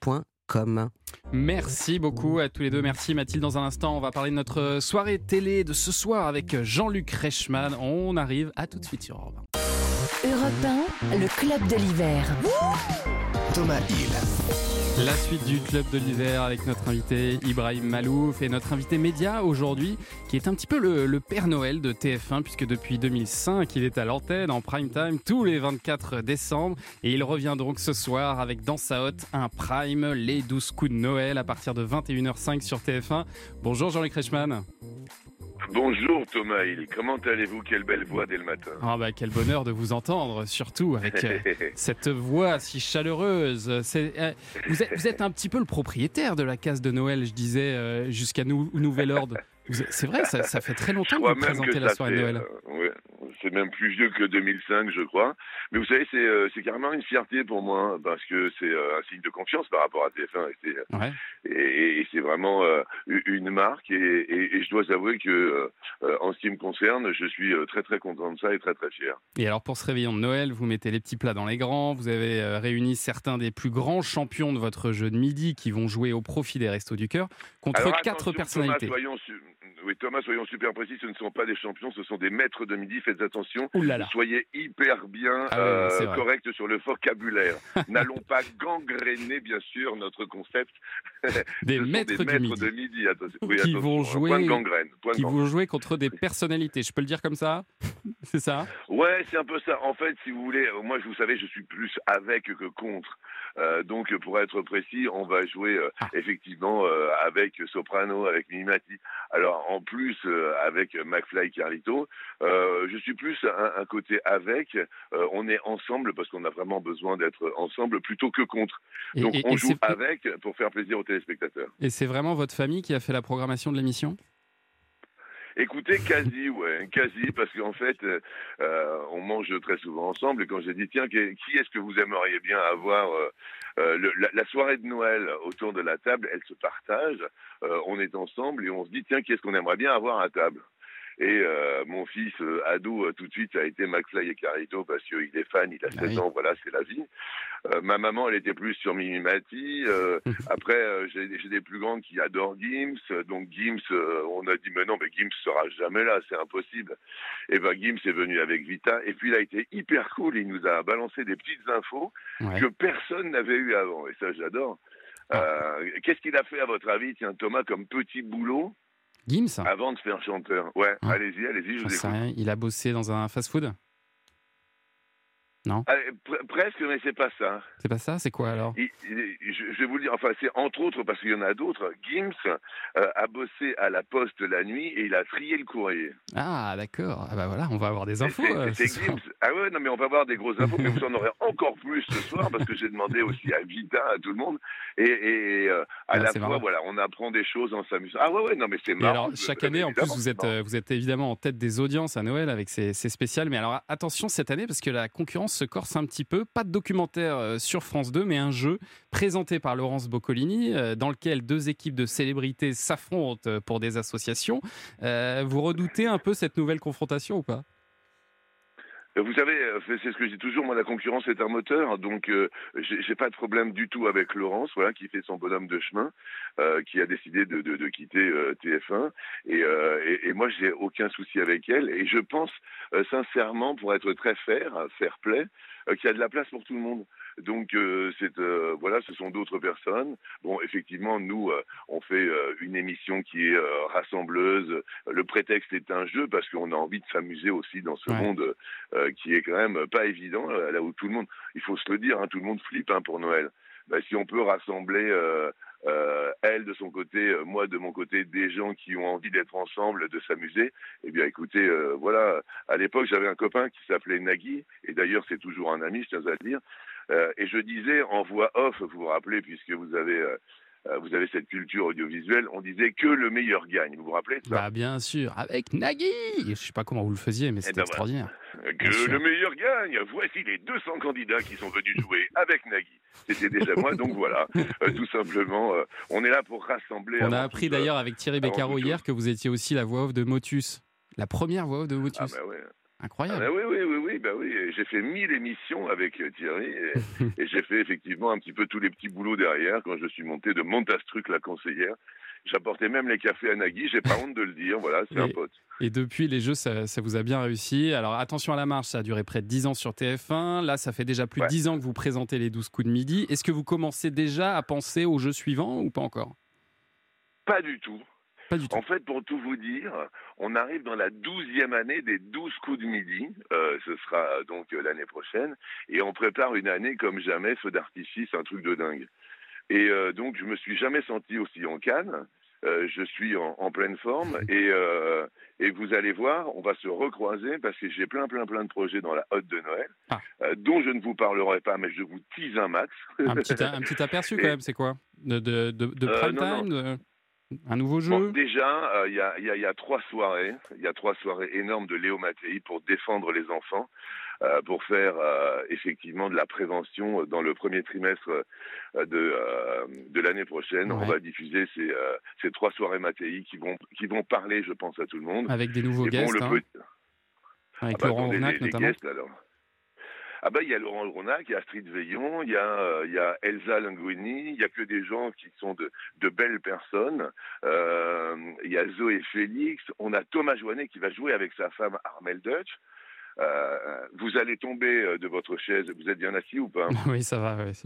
com. Merci beaucoup à tous les deux. Merci Mathilde. Dans un instant, on va parler de notre soirée télé de ce soir avec Jean-Luc Reichmann. On arrive à tout de suite sur Europe un. Europe un, le club de l'hiver. Thomas Hill. La suite du club de l'hiver avec notre invité Ibrahim Malouf et notre invité média aujourd'hui qui est un petit peu le, le Père Noël de T F un puisque depuis deux mille cinq il est à l'antenne en prime time tous les vingt-quatre décembre et il revient donc ce soir avec dans sa hotte un prime, les douze coups de Noël à partir de vingt et une heures cinq sur T F un. Bonjour Jean-Luc Reichmann. Bonjour Thomas Hill, comment allez-vous? Quelle belle voix dès le matin. Ah bah quel bonheur de vous entendre, surtout avec euh, cette voix si chaleureuse. C'est, euh, vous, êtes, vous êtes un petit peu le propriétaire de la case de Noël, je disais, euh, jusqu'à nou, Nouvel Ordre. Vous, c'est vrai, ça, ça fait très longtemps que vous présentez la soirée de Noël. Euh, ouais, c'est même plus vieux que deux mille cinq, je crois. Mais vous savez, c'est, euh, c'est carrément une fierté pour moi, parce que c'est euh, un signe de confiance par rapport à T F un. Et c'est, ouais. et, et c'est vraiment euh, une marque. Et, et, et je dois avouer que, euh, en ce qui me concerne, je suis très très content de ça et très très fier. Et alors, pour ce réveillon de Noël, vous mettez les petits plats dans les grands. Vous avez euh, réuni certains des plus grands champions de votre jeu de midi qui vont jouer au profit des Restos du Cœur contre alors, quatre personnalités. Thomas, soyons su- Oui, Thomas, soyons super précis, ce ne sont pas des champions, ce sont des maîtres de midi. Faites attention, soyez hyper bien ah ouais, euh, correct sur le vocabulaire. N'allons pas gangréner, bien sûr, notre concept. Des ce maîtres, sont des du maîtres midi. de midi, attention. Oui, qui attention, vont jouer, point de gangrène, point de qui gangrène. vont jouer contre des personnalités. Je peux le dire comme ça? C'est ça? Ouais, c'est un peu ça. En fait, si vous voulez, moi, vous savez, je suis plus avec que contre. Euh, donc, pour être précis, on va jouer euh, ah. effectivement euh, avec Soprano, avec Mimimati. Alors, en plus, euh, avec McFly et Carlito, euh, je suis plus un, un côté avec. Euh, on est ensemble parce qu'on a vraiment besoin d'être ensemble plutôt que contre. Et, donc, et, on et joue avec pour faire plaisir aux téléspectateurs. Et c'est vraiment votre famille qui a fait la programmation de l'émission ? Écoutez, quasi, ouais, quasi, parce qu'en fait, euh, on mange très souvent ensemble. Et quand j'ai dit, tiens, qui est-ce que vous aimeriez bien avoir euh, euh, le, la, la soirée de Noël autour de la table, elle se partage. Euh, on est ensemble et on se dit, tiens, qui est-ce qu'on aimerait bien avoir à table ? Et euh, mon fils euh, ado, euh, tout de suite, ça a été McFly et Carlito parce qu'il est fan, il a seize ans, voilà, c'est la vie. Euh, ma maman, elle était plus sur Mimimati. Euh, après, euh, j'ai, j'ai des plus grandes qui adorent Gims. Donc Gims, euh, on a dit, mais non, mais Gims sera jamais là, c'est impossible. Et ben Gims est venu avec Vita. Et puis il a été hyper cool, il nous a balancé des petites infos ouais. que personne n'avait eu avant. Et ça, j'adore. Euh, qu'est-ce qu'il a fait, à votre avis, tiens, Thomas, comme petit boulot Gims avant de faire chanteur. Ouais, ah. allez-y, allez-y, je vous écoute. Rien. Il a bossé dans un fast-food ? Non. Allez, pr- presque, mais c'est pas ça. C'est pas ça ? C'est quoi alors ? il, il, je, je vais vous le dire, enfin, c'est entre autres, parce qu'il y en a d'autres, Gims euh, a bossé à la poste la nuit et il a trié le courrier. Ah, d'accord. Ah bah voilà, on va avoir des infos. C'est, euh, c'est Gims. Ah ouais, non, mais on va avoir des grosses infos, mais vous en aurez encore plus ce soir, parce que j'ai demandé aussi à Vita, à tout le monde, et, et euh, à ah, la fois, marrant. Voilà, on apprend des choses en s'amusant. Ah ouais, ouais, non, mais c'est marrant. Et alors, chaque année, en plus, vous êtes, euh, vous êtes évidemment en tête des audiences à Noël avec ces, ces spéciales, mais alors attention cette année, parce que la concurrence se corse un petit peu. Pas de documentaire sur France deux, mais un jeu présenté par Laurence Boccolini, dans lequel deux équipes de célébrités s'affrontent pour des associations. Euh, vous redoutez un peu cette nouvelle confrontation ou pas ? Vous savez, c'est ce que je dis toujours, moi la concurrence est un moteur, donc euh, j'ai, j'ai pas de problème du tout avec Laurence, voilà, qui fait son bonhomme de chemin, euh, qui a décidé de, de, de quitter euh, T F un, et, euh, et, et moi j'ai aucun souci avec elle, et je pense euh, sincèrement, pour être très fair, fair play, euh, qu'il y a de la place pour tout le monde. Donc euh, c'est euh, voilà, ce sont d'autres personnes. Bon, effectivement, nous euh, on fait euh, une émission qui est euh, rassembleuse. Le prétexte est un jeu parce qu'on a envie de s'amuser aussi dans ce ouais. monde euh, qui est quand même pas évident. Là où tout le monde, il faut se le dire, hein, tout le monde flippe hein, pour Noël. Ben, si on peut rassembler euh, euh, elle de son côté, euh, moi de mon côté, des gens qui ont envie d'être ensemble, de s'amuser, eh bien écoutez, euh, voilà. À l'époque, j'avais un copain qui s'appelait Nagui, et d'ailleurs c'est toujours un ami, je tiens à le dire. Euh, et je disais en voix off, vous vous rappelez, puisque vous avez, euh, vous avez cette culture audiovisuelle, on disait que le meilleur gagne. Vous vous rappelez de ça ? Bah bien sûr, avec Nagui. Je sais pas comment vous le faisiez, mais c'était ben extraordinaire. Voilà. Que le meilleur gagne. Voici les deux cents candidats qui sont venus jouer avec Nagui. C'était déjà moi, donc voilà. Euh, tout simplement, euh, on est là pour rassembler. On a appris tout, d'ailleurs avec Thierry Beccaro hier que vous étiez aussi la voix off de Motus. La première voix off de Motus. Ah bah ouais. Incroyable. Ah, oui, oui, oui, oui, bah oui. J'ai fait mille émissions avec euh, Thierry et, et j'ai fait effectivement un petit peu tous les petits boulots derrière quand je suis monté de Montastruc, la conseillère. J'apportais même les cafés à Nagui, j'ai pas honte de le dire, voilà, c'est Et- un pote. Et depuis, les jeux, ça, ça vous a bien réussi. Alors, attention à la marche, ça a duré près de dix ans sur T F un. Là, ça fait déjà plus Ouais. de dix ans que vous présentez les douze coups de midi. Est-ce que vous commencez déjà à penser aux jeux suivants ou pas encore? Pas du tout. Pas du tout. En fait, pour tout vous dire, on arrive dans la douzième année des douze coups de midi. Euh, ce sera euh, donc euh, l'année prochaine. Et on prépare une année comme jamais, feu d'artifice, un truc de dingue. Et euh, donc, je me suis jamais senti aussi en canne. Euh, je suis en, en pleine forme. Et, euh, et vous allez voir, on va se recroiser parce que j'ai plein, plein, plein de projets dans la hotte de Noël, Ah. euh, dont je ne vous parlerai pas, mais je vous tease un max. Un petit, un petit aperçu quand Et- même, c'est quoi? De, de, de, de Euh, prime non, time de- Un nouveau jeu? Bon, déjà, euh, il y, a, il y a- il y a trois soirées, il y a trois soirées énormes de Léo Mattei pour défendre les enfants, euh, pour faire euh, effectivement de la prévention dans le premier trimestre euh, de, euh, de l'année prochaine. Ouais. On va diffuser ces, euh, ces trois soirées Mattei qui vont, qui vont parler, je pense, à tout le monde. Avec des nouveaux Et bon, guests, le hein, peu- avec Ah bah, Laurent attendez, Rounac les- les notamment. guests, alors. Ah bah il y a Laurent Rounac, il y a Astrid Veillon, il y a, euh, il y a Elsa Linguini, il y a que des gens qui sont de, de belles personnes. Euh, il y a Zoé Félix, on a Thomas Joannet qui va jouer avec sa femme Armel Dutch. Euh, vous allez tomber euh, de votre chaise, vous êtes bien assis ou pas? Oui, ça va. ouais.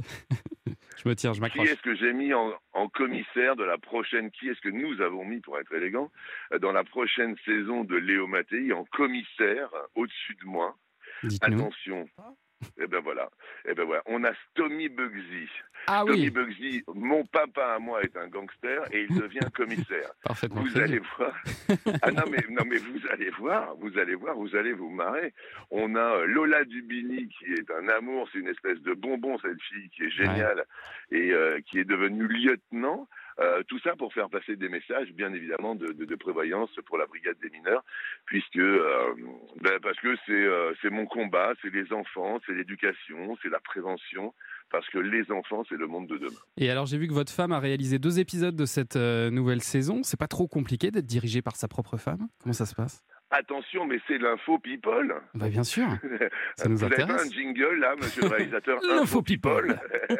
Je me tiens, je Qui m'accroche. est-ce que j'ai mis en, en commissaire de la prochaine, qui est-ce que nous avons mis, pour être élégant, euh, dans la prochaine saison de Léo Mattei en commissaire, euh, au-dessus de moi? Dites-nous. Attention. Eh ben voilà. Eh ben voilà. On a Tommy Bugsy. Ah Tommy oui, Bugsy, mon papa à moi est un gangster et il devient commissaire. parfaitement. Vous crédible. allez voir. Ah non mais non mais vous allez voir, vous allez voir, vous allez vous marrer. On a euh, Lola Dubini qui est un amour, c'est une espèce de bonbon cette fille qui est géniale et euh, qui est devenue lieutenant. Euh, tout ça pour faire passer des messages, bien évidemment, de, de, de prévoyance pour la brigade des mineurs, puisque euh, ben, parce que c'est euh, c'est mon combat, c'est les enfants, c'est l'éducation, c'est la prévention, parce que les enfants, c'est le monde de demain. Et alors, j'ai vu que votre femme a réalisé deux épisodes de cette euh, nouvelle saison. C'est pas trop compliqué d'être dirigé par sa propre femme? Comment ça se passe? Attention, mais c'est l'info people. Bah bien sûr, ça nous Vous n'avez pas intéresse. un jingle là, monsieur le réalisateur? L'info people.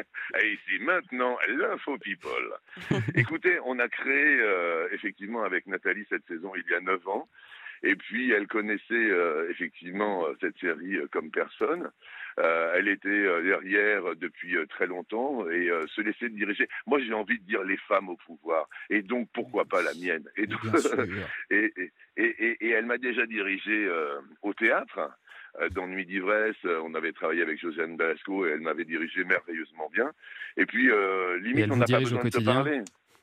Et ici maintenant, l'info people. Écoutez, on a créé euh, effectivement avec Nathalie cette saison il y a neuf ans. Et puis, elle connaissait euh, effectivement euh, cette série euh, comme personne. Euh, elle était euh, derrière depuis euh, très longtemps et euh, se laisser diriger. Moi, j'ai envie de dire les femmes au pouvoir. Et donc, pourquoi pas la mienne? Et, donc, Bien sûr. et, et, et, et elle m'a déjà dirigé euh, au théâtre. Euh, Dans Nuit d'ivresse, euh, on avait travaillé avec Josiane Balasco et elle m'avait dirigé merveilleusement bien. Et puis, euh, Et limite, elle on vous n'a pas dirige au besoin de se quotidien? parler.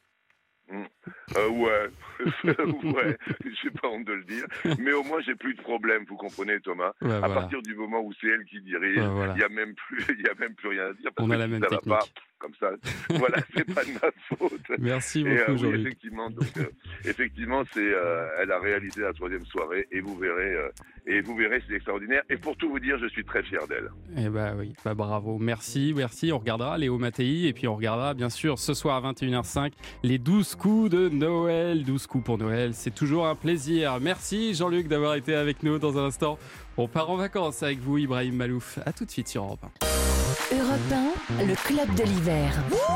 Mm. Euh, ouais, ouais, j'ai pas honte de le dire, mais au moins j'ai plus de problème, vous comprenez Thomas. Ouais, À voilà. partir du moment où c'est elle qui dirige, il Ouais, voilà. y a même plus, il y a même plus rien à dire parce On que a la si même ça va technique. pas, comme ça, voilà, c'est pas de ma faute. Merci Et, beaucoup, euh, oui, Jean-Luc. effectivement, donc, euh, effectivement, c'est, euh, elle a réalisé la troisième soirée et vous verrez, euh, et vous verrez, c'est extraordinaire. Et pour tout vous dire, je suis très fier d'elle. Eh bah oui, bah bravo, merci, merci. On regardera Léo Mattei et puis on regardera bien sûr ce soir à vingt et une heures cinq les douze coups de Noël. douze coups pour Noël, c'est toujours un plaisir. Merci Jean-Luc d'avoir été avec nous dans un instant. On part en vacances avec vous, Ibrahim Malouf. À tout de suite sur Europe un. Europe un, le club de l'hiver.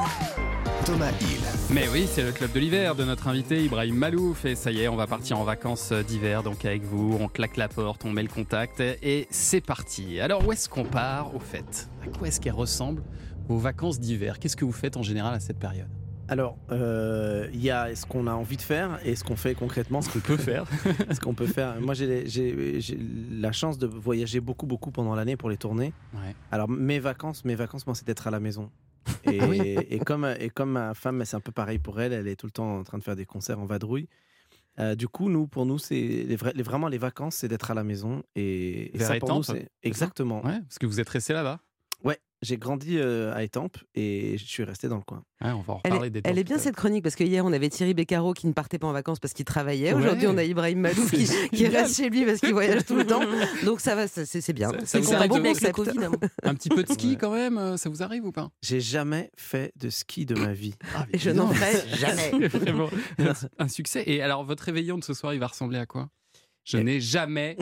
Thomas Hill. Mais oui, c'est le club de l'hiver de notre invité Ibrahim Malouf. Et ça y est, on va partir en vacances d'hiver donc avec vous. On claque la porte, on met le contact et c'est parti. Alors où est-ce qu'on part au fait? À quoi est-ce qu'elles ressemblent vos vacances d'hiver? Qu'est-ce que vous faites en général à cette période? Alors, euh, il y a ce qu'on a envie de faire et ce qu'on fait concrètement, ce qu'on peut faire. ce qu'on peut faire. Moi, j'ai, j'ai, j'ai la chance de voyager beaucoup, beaucoup pendant l'année pour les tournées. Ouais. Alors, mes vacances, mes vacances, moi, c'est d'être à la maison. Et, Ah oui. et, comme, et comme ma femme, c'est un peu pareil pour elle, elle est tout le temps en train de faire des concerts en vadrouille. Euh, du coup, nous, pour nous, c'est les vrais, les, vraiment les vacances, c'est d'être à la maison. Et, et Vers ça, pour Étampes, nous, c'est exactement. Ouais, parce que vous êtes resté là-bas. Ouais, j'ai grandi euh, à Étampes et je suis resté dans le coin. Ouais, on va en Elle reparler est, des elle est bien temps. cette chronique parce que hier on avait Thierry Beccaro qui ne partait pas en vacances parce qu'il travaillait. Ouais. Aujourd'hui on a Ibrahim Malouf qui, C'est qui génial. reste chez lui parce qu'il voyage tout le temps. Donc ça va, c'est, c'est bien. Ça- ça C'est vous un arrive bon de- concept. Un petit peu de ski Ouais. quand même, euh, ça vous arrive ou pas? J'ai jamais fait de ski de ma vie. Ah, Et je n'en ferai jamais. Vraiment un, un succès. Et alors votre réveillon de ce soir, il va ressembler à quoi? Je n'ai jamais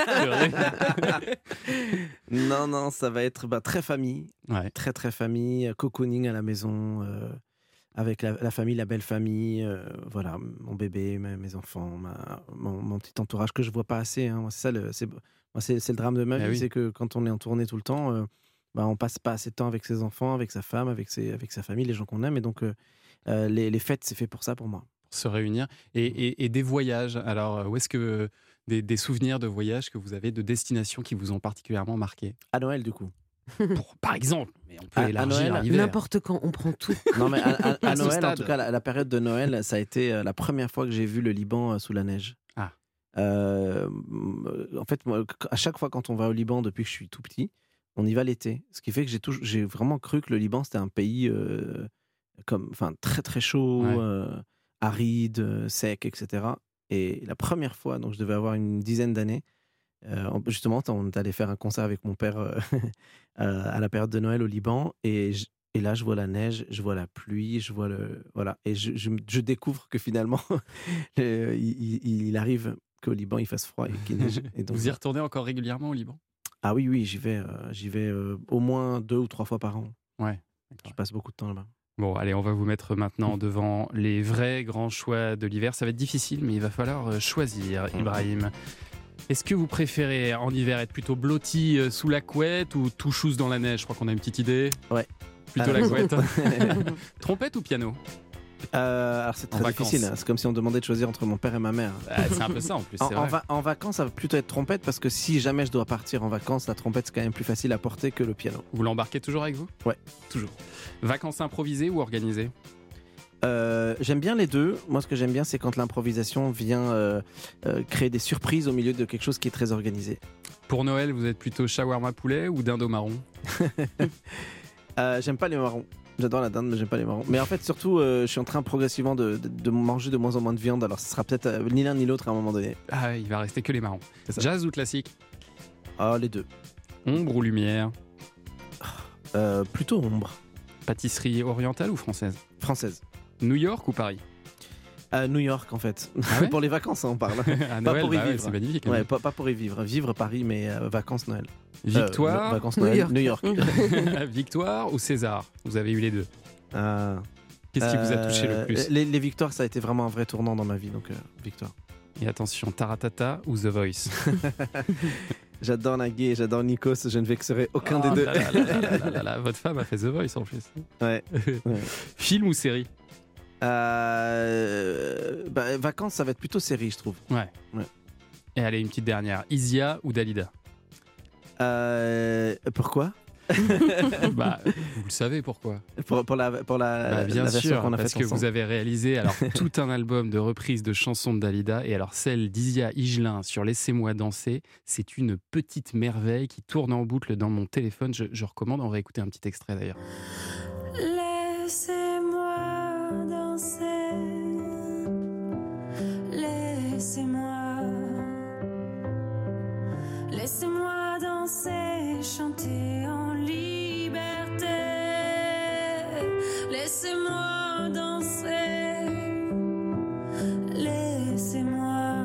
fait. Non, non, ça va être bah, très famille. Ouais. Très, très famille. Cocooning à la maison. Euh, avec la, la famille, la belle famille. Euh, voilà, mon bébé, mes, mes enfants, ma, mon, mon petit entourage que je vois pas assez. Hein. Moi, c'est ça, le, c'est, moi, c'est, c'est le drame de ma Ah vie. oui. C'est que quand on est en tournée tout le temps, euh, bah, on passe pas assez de temps avec ses enfants, avec sa femme, avec, ses, avec sa famille, les gens qu'on aime. Et donc, euh, euh, les, les fêtes, c'est fait pour ça, pour moi. Pour se réunir. Et, et, et des voyages. Alors, où est-ce que. Des, des souvenirs de voyages que vous avez, de destinations qui vous ont particulièrement marqué? À Noël, du coup. Pour, par exemple, mais on peut À- à élargir Noël, à l'hiver. N'importe quand, on prend tout. Non, mais à, à- à À ce Noël, en stade. tout cas, la, la période de Noël, ça a été euh, la première fois que j'ai vu le Liban euh, sous la neige. Ah. Euh, en fait, moi, à chaque fois quand on va au Liban depuis que je suis tout petit, on y va l'été. Ce qui fait que j'ai, toujours, j'ai vraiment cru que le Liban, c'était un pays euh, comme, enfin, très très chaud, Ouais. euh, aride, euh, sec, et cetera. Et la première fois, donc je devais avoir une dizaine d'années, euh, on- justement, on est allé faire un concert avec mon père euh, euh, à la période de Noël au Liban. Et, je- et là, je vois la neige, je vois la pluie, je vois le. Voilà. Et je, je, je découvre que finalement, le- il, il- il arrive qu'au Liban, il fasse froid et qu'il neige. Et donc, Vous y retournez encore régulièrement au Liban? ah oui, oui, j'y vais, euh, j'y vais euh, au moins deux ou trois fois par an. Ouais. Je passe beaucoup de temps là-bas. Bon, allez, on va vous mettre maintenant devant les vrais grands choix de l'hiver. Ça va être difficile, mais il va falloir euh, choisir, Ibrahim. Est-ce que vous préférez en hiver être plutôt blotti euh, sous la couette ou tout chousse dans la neige? Je crois qu'on a une petite idée. Ouais. Plutôt Alors- la couette. Trompette ou piano? Euh, alors c'est En très vacances. difficile, hein. C'est comme si on demandait de choisir entre mon père et ma mère. Ah, c'est un peu ça en plus, En, c'est en vrai. va- en vacances, ça va plutôt être trompette parce que si jamais je dois partir en vacances, la trompette c'est quand même plus facile à porter que le piano. Vous l'embarquez toujours avec vous? Ouais. Toujours. Vacances improvisées ou organisées? Euh, j'aime bien les deux. Moi, ce que j'aime bien, c'est quand l'improvisation vient euh, euh, créer des surprises au milieu de quelque chose qui est très organisé. Pour Noël, vous êtes plutôt shawarma poulet ou dinde au marron? Euh, j'aime pas les marrons. J'adore la dinde, mais j'aime pas les marrons. Mais en fait, surtout, euh, je suis en train progressivement de, de, de manger de moins en moins de viande. Alors, ce sera peut-être euh, ni l'un ni l'autre à un moment donné. Ah, il va rester que les marrons. C'est ça. Jazz ou classique? Ah, les deux. Ombre ou lumière? Euh, plutôt ombre. Pâtisserie orientale ou française? Française. New York ou Paris? À New York, en fait. Ah ouais Pour les vacances, hein, on parle. À Pas Noël, pour y bah ouais, vivre. c'est magnifique. Ouais, hein. pas, pas pour y vivre. Vivre Paris, mais euh, vacances Noël. Victoire, Euh, vacances New Noël, York. New York. Victoire ou César? Vous avez eu les deux. Ah. Qu'est-ce qui vous a touché Euh, le plus? les, les victoires, ça a été vraiment un vrai tournant dans ma vie, donc euh, victoire. Et attention, Taratata ou The Voice? J'adore Nagui et j'adore Nikos, je ne vexerai aucun Oh des deux. là là là là là là là, votre femme a fait The Voice en plus. Ouais. Ouais. Film ou série? Euh, bah, vacances, ça va être plutôt série, je trouve. Ouais. Ouais. Et allez, une petite dernière. Isia ou Dalida? Euh, pourquoi Bah, vous le savez pourquoi. pour, pour la, pour la, Bah, bien la version sûr, qu'on a parce faite que ensemble. vous avez réalisé alors tout un album de reprises de chansons de Dalida, et alors celle d'Isia Higelin sur Laissez-moi danser, c'est une petite merveille qui tourne en boucle dans mon téléphone. Je, je recommande, on va écouter un petit extrait d'ailleurs. Laissez-moi danser, laissez-moi, laissez-moi danser, chanter en liberté, laissez-moi danser, laissez-moi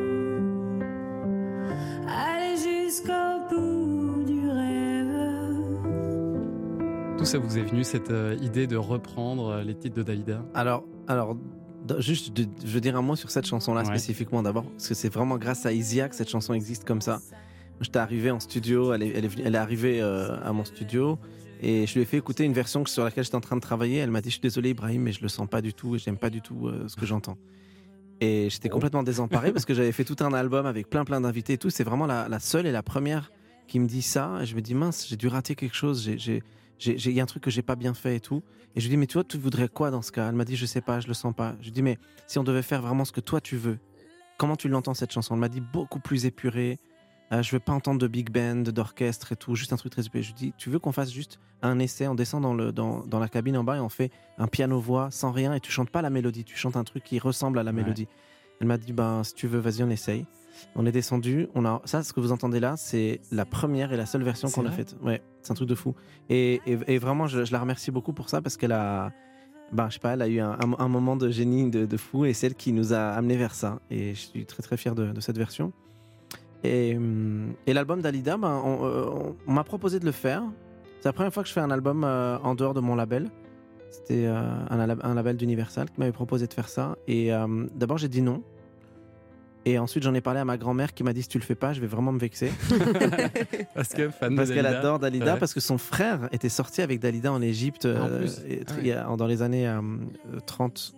aller jusqu'au bout du rêve. D'où ça vous est venu cette euh, idée de reprendre euh, les titres de Dalida? Alors, alors d- juste, de- je veux dire un mot sur cette chanson-là Ouais. spécifiquement d'abord, parce que c'est vraiment grâce à Isia que cette chanson existe comme ça. J'étais arrivé en studio, elle est, elle est, venue- elle est arrivée euh, à mon studio, et je lui ai fait écouter une version sur laquelle j'étais en train de travailler. Elle m'a dit: je suis désolé Ibrahim, mais je le sens pas du tout et j'aime pas du tout euh, ce que j'entends. Et j'étais complètement désemparé parce que j'avais fait tout un album avec plein plein d'invités et tout. C'est vraiment la, la seule et la première qui me dit ça. Et je me dis: mince, j'ai dû rater quelque chose. J'ai, j'ai, j'ai, j'ai- il y a un truc que j'ai pas bien fait et tout. Et je lui dis: mais toi, tu voudrais quoi dans ce cas? Elle m'a dit: je sais pas, je le sens pas. Je lui dis: mais si on devait faire vraiment ce que toi tu veux, comment tu l'entends cette chanson? Elle m'a dit: beaucoup plus épurée. Euh, je veux pas entendre de big band, d'orchestre et tout, juste un truc très épuré. Je lui dis: tu veux qu'on fasse juste un essai, on descend dans, le, dans, dans la cabine en bas et on fait un piano-voix sans rien et tu chantes pas la mélodie, tu chantes un truc qui ressemble à la Ouais. mélodie. Elle m'a dit: ben si tu veux, vas-y, on essaye. On est descendu, on a ça, ce que vous entendez là, c'est la première et la seule version C'est qu'on a vrai faite. Ouais, c'est un truc de fou. Et, et, et vraiment, je, je la remercie beaucoup pour ça parce qu'elle a, ben, je sais pas, elle a eu un, un, un moment de génie de, de fou et c'est elle qui nous a amené vers ça. Et je suis très très fier de, de cette version. Et, et l'album Dalida, ben, on, on, on m'a proposé de le faire. C'est la première fois que je fais un album euh, en dehors de mon label. C'était euh, un, un label d'Universal qui m'avait proposé de faire ça. Et euh, d'abord, j'ai dit non. Et ensuite, j'en ai parlé à ma grand-mère qui m'a dit si tu le fais pas, je vais vraiment me vexer. Parce que fan de Parce Dalida. qu'elle adore Dalida, Ouais. parce que son frère était sorti avec Dalida en Égypte En euh, plus. et- Ah il y a- dans les années euh, trente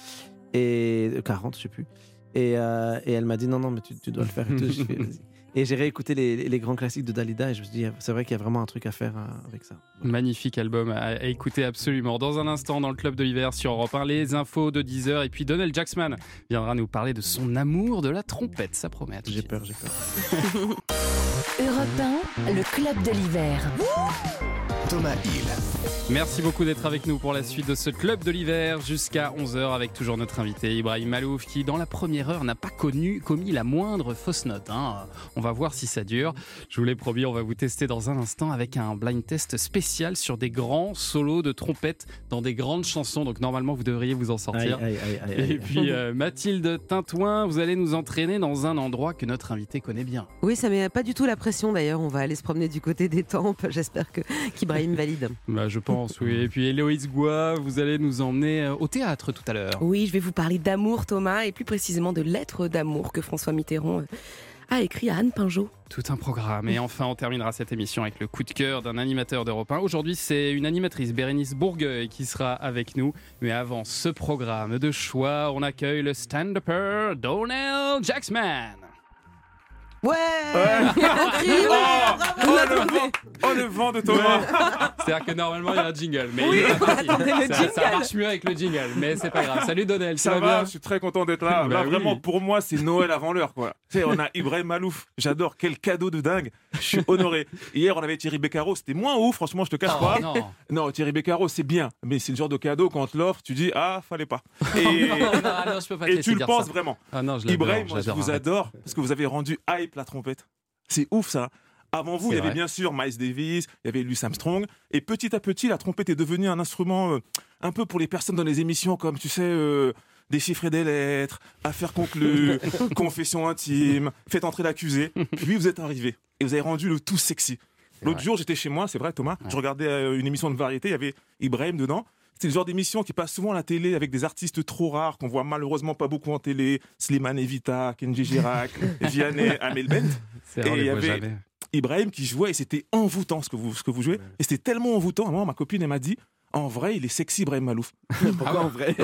et quarante, je sais plus. Et, euh, et elle m'a dit non, non, mais tu, tu dois le faire. Et, tout. J'ai fait, vas-y. Et j'ai réécouté les, les grands classiques de Dalida et je me suis dit c'est vrai qu'il y a vraiment un truc à faire euh, avec ça. Magnifique album à, à écouter absolument. Dans un instant, dans le Club de l'Hiver sur Europe un, les infos de dix heures. Et puis Donald Jacksman viendra nous parler de son amour de la trompette. Ça promet. J'ai peur, j'ai peur. Europe un, le Club de l'Hiver. Thomas Hill. Merci beaucoup d'être avec nous pour la suite de ce Club de l'Hiver jusqu'à onze heures avec toujours notre invité Ibrahim Malouf qui dans la première heure n'a pas connu, commis la moindre fausse note. Hein. On va voir si ça dure. Je vous l'ai promis, on va vous tester dans un instant avec un blind test spécial sur des grands solos de trompette dans des grandes chansons. Donc normalement vous devriez vous en sortir. Aïe, aïe, aïe, aïe, aïe. Et puis euh, Mathilde Tintouin, vous allez nous entraîner dans un endroit que notre invité connaît bien. Oui, ça met pas du tout la pression d'ailleurs. On va aller se promener du côté des tempes. J'espère que qu'Ibrahim valide. Bah, je pense, oui. Et puis Héloïse Goua, vous allez nous emmener euh, au théâtre tout à l'heure. Oui, je vais vous parler d'amour, Thomas, et plus précisément de lettres d'amour que François Mitterrand euh, a écrit à Anne Pinjot. Tout un programme. Et enfin, on terminera cette émission avec le coup de cœur d'un animateur d'Europe un. Aujourd'hui, c'est une animatrice, Bérénice Bourgueil, qui sera avec nous. Mais avant ce programme de choix, on accueille le stand-upper Donald Jacksman. Ouais, Ouais. On crie, ouais, Oh, bravo, oh, on le attendait. vent, oh, le vent de Thomas. C'est-à-dire que normalement, il y a un jingle. Mais Oui, il est pas parti. attendez le ça, jingle. ça marche mieux avec le jingle, mais c'est pas grave. Salut Donald, Ça tu vas va, bien? je suis très content d'être là. Bah Là, oui. vraiment, pour moi, c'est Noël avant l'heure, quoi. Tu sais, on a Ibrahim Malouf. J'adore, quel cadeau de dingue. Je suis honoré. Hier, on avait Thierry Beccaro. C'était moins ouf, franchement, je te cache Oh, pas. non. Non, Thierry Beccaro, c'est bien. Mais c'est le genre de cadeau, quand on te l'offre, tu dis, ah, fallait pas. Et, non, non, je peux pas te et laisser tu le dire penses ça. vraiment. Ah non, je l'adore, Ibrahim, moi, je j'adore, vous arrête. adore parce que vous avez rendu hype la trompette. C'est ouf, ça. Avant vous, C'est il y avait vrai. bien sûr Miles Davis, il y avait Louis Armstrong, et petit à petit, la trompette est devenue un instrument euh, un peu pour les personnes dans les émissions comme, tu sais, euh, déchiffrer des lettres, affaires conclues, confession intime, faites entrer l'accusé. Puis vous êtes arrivé et vous avez rendu le tout sexy. L'autre jour, j'étais chez moi, c'est vrai, Thomas, je regardais euh, une émission de variété, il y avait Ibrahim dedans. C'est le genre d'émission qui passe souvent à la télé avec des artistes trop rares qu'on voit malheureusement pas beaucoup en télé. Slimane Evita, Kenji Girac, Vianney, Amel Bent. C'est vrai, on Et il les y voit avait jamais. Ibrahim qui jouait et c'était envoûtant ce que vous, ce que vous jouez. Et c'était tellement envoûtant. À un moment, ma copine, elle m'a dit en vrai, il est sexy, Ibrahim Malouf. Pourquoi en vrai?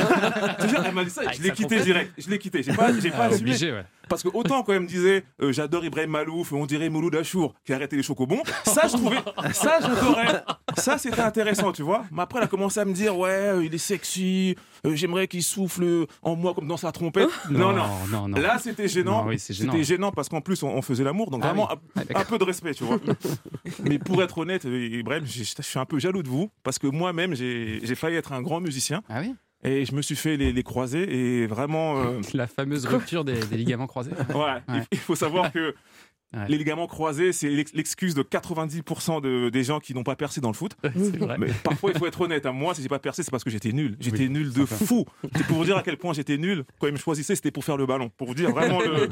Je te jure, elle m'a dit ça, Avec je l'ai sa quitté trompette. direct. Je l'ai quitté. J'ai pas, j'ai pas Ah, assumé. obligé, ouais. Parce que autant quand elle me disait euh, j'adore Ibrahim Malouf, on dirait Mouloud Achour qui a arrêté les chocobons, ça je trouvais, ça j'adorais, ça c'était intéressant, tu vois. Mais après elle a commencé à me dire ouais euh, il est sexy, euh, j'aimerais qu'il souffle en moi comme dans sa trompette. Non non, non, non. là c'était gênant, Non, oui, c'est gênant. c'était gênant parce qu'en plus on, on faisait l'amour, donc Ah vraiment oui. un, Ah, d'accord. un peu de respect, tu vois. Mais pour être honnête, euh, Ibrahim, j'ai- je suis un peu jaloux de vous parce que moi-même j'ai j'ai failli être un grand musicien. Ah oui. Et je me suis fait les, les croisés et vraiment. euh, La fameuse rupture des, des ligaments croisés. Ouais, Ouais. il- il faut savoir que Ouais. les ligaments croisés, c'est l'ex- l'excuse de quatre-vingt-dix pour cent de, des gens qui n'ont pas percé dans le foot. C'est vrai. Mais parfois, il faut être honnête. hein. Moi, si j'ai pas percé, c'est parce que j'étais nul. J'étais Oui, nul de fou. C'est pour vous dire à quel point j'étais nul. Quand ils me choisissaient, c'était pour faire le ballon. Pour vous dire vraiment le.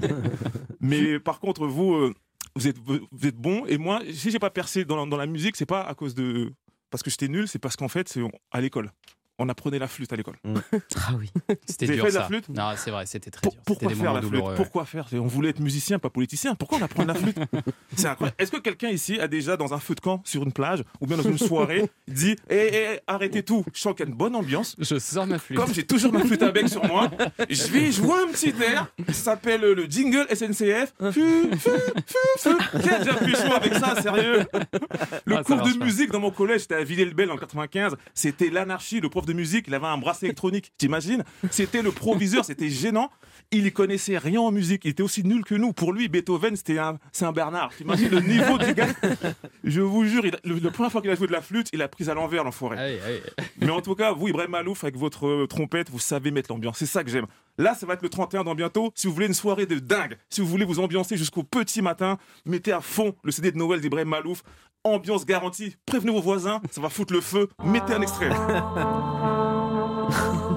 Mais par contre, vous, euh, vous êtes, vous êtes bon. Et moi, si j'ai pas percé dans la, dans la musique, c'est pas à cause de. Parce que j'étais nul, c'est parce qu'en fait, c'est à l'école. On apprenait la flûte à l'école. Ah oui. C'était Vous avez dur fait de la ça. flûte Non, c'est vrai, c'était très Pour- dur. pourquoi C'était des faire moments la flûte douloureux, ouais. Pourquoi faire On voulait être musicien, pas politicien. Pourquoi on apprend la flûte C'est incroyable. Est-ce que quelqu'un ici a déjà dans un feu de camp, sur une plage, ou bien dans une soirée, dit hé, hé, arrêtez tout, je sens qu'il y a une bonne ambiance. Je sors ma flûte. Comme j'ai toujours ma flûte à bec sur moi, je vais jouer un petit air. Ça s'appelle le jingle S N C F. Fu, fu, fu, fu. Qui a déjà pu jouer avec ça, sérieux Le Ah, ça cours de marche pas. musique dans mon collège, c'était à Villers-le-Bel en quatre-vingt-quinze. C'était l'anarchie. Le prof de musique, il avait un bracelet électronique. T'imagines? C'était le proviseur, c'était gênant. Il y connaissait rien en musique. Il était aussi nul que nous. Pour lui, Beethoven, c'était un, c'est un Bernard. T'imagines le niveau du gars? Je vous jure, il a- le, la première fois qu'il a joué de la flûte, il a pris à l'envers, l'enfoiré. Allez, allez. Mais en tout cas, vous, Ibrahim Malouf, avec votre euh, trompette, vous savez mettre l'ambiance. C'est ça que j'aime. Là, ça va être le trente et un dans bientôt. Si vous voulez une soirée de dingue, si vous voulez vous ambiancer jusqu'au petit matin, mettez à fond le C D de Noël d'Ibrahim Malouf. Ambiance garantie. Prévenez vos voisins, ça va foutre le feu. Mettez un extrait.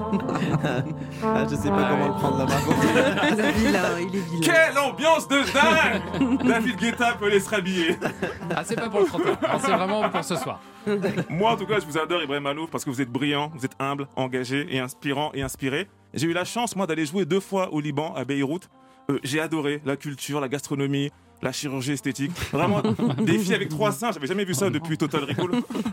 Ah, je sais pas Ah comment ouais. le prendre là, par contre. Il est vilain, il est vilain. Quelle ambiance de dingue. David Guetta peut aller se rhabiller. Ah, c'est pas pour le trente ans, non, c'est vraiment pour ce soir. Moi, en tout cas, je vous adore, Ibrahim Malouf, parce que vous êtes brillant, vous êtes humble, engagé et inspirant et inspiré. J'ai eu la chance, moi, d'aller jouer deux fois au Liban, à Beyrouth. Euh, j'ai adoré la culture, la gastronomie, la chirurgie esthétique. Vraiment, des filles avec trois seins, j'avais jamais vu ça depuis Total Recall.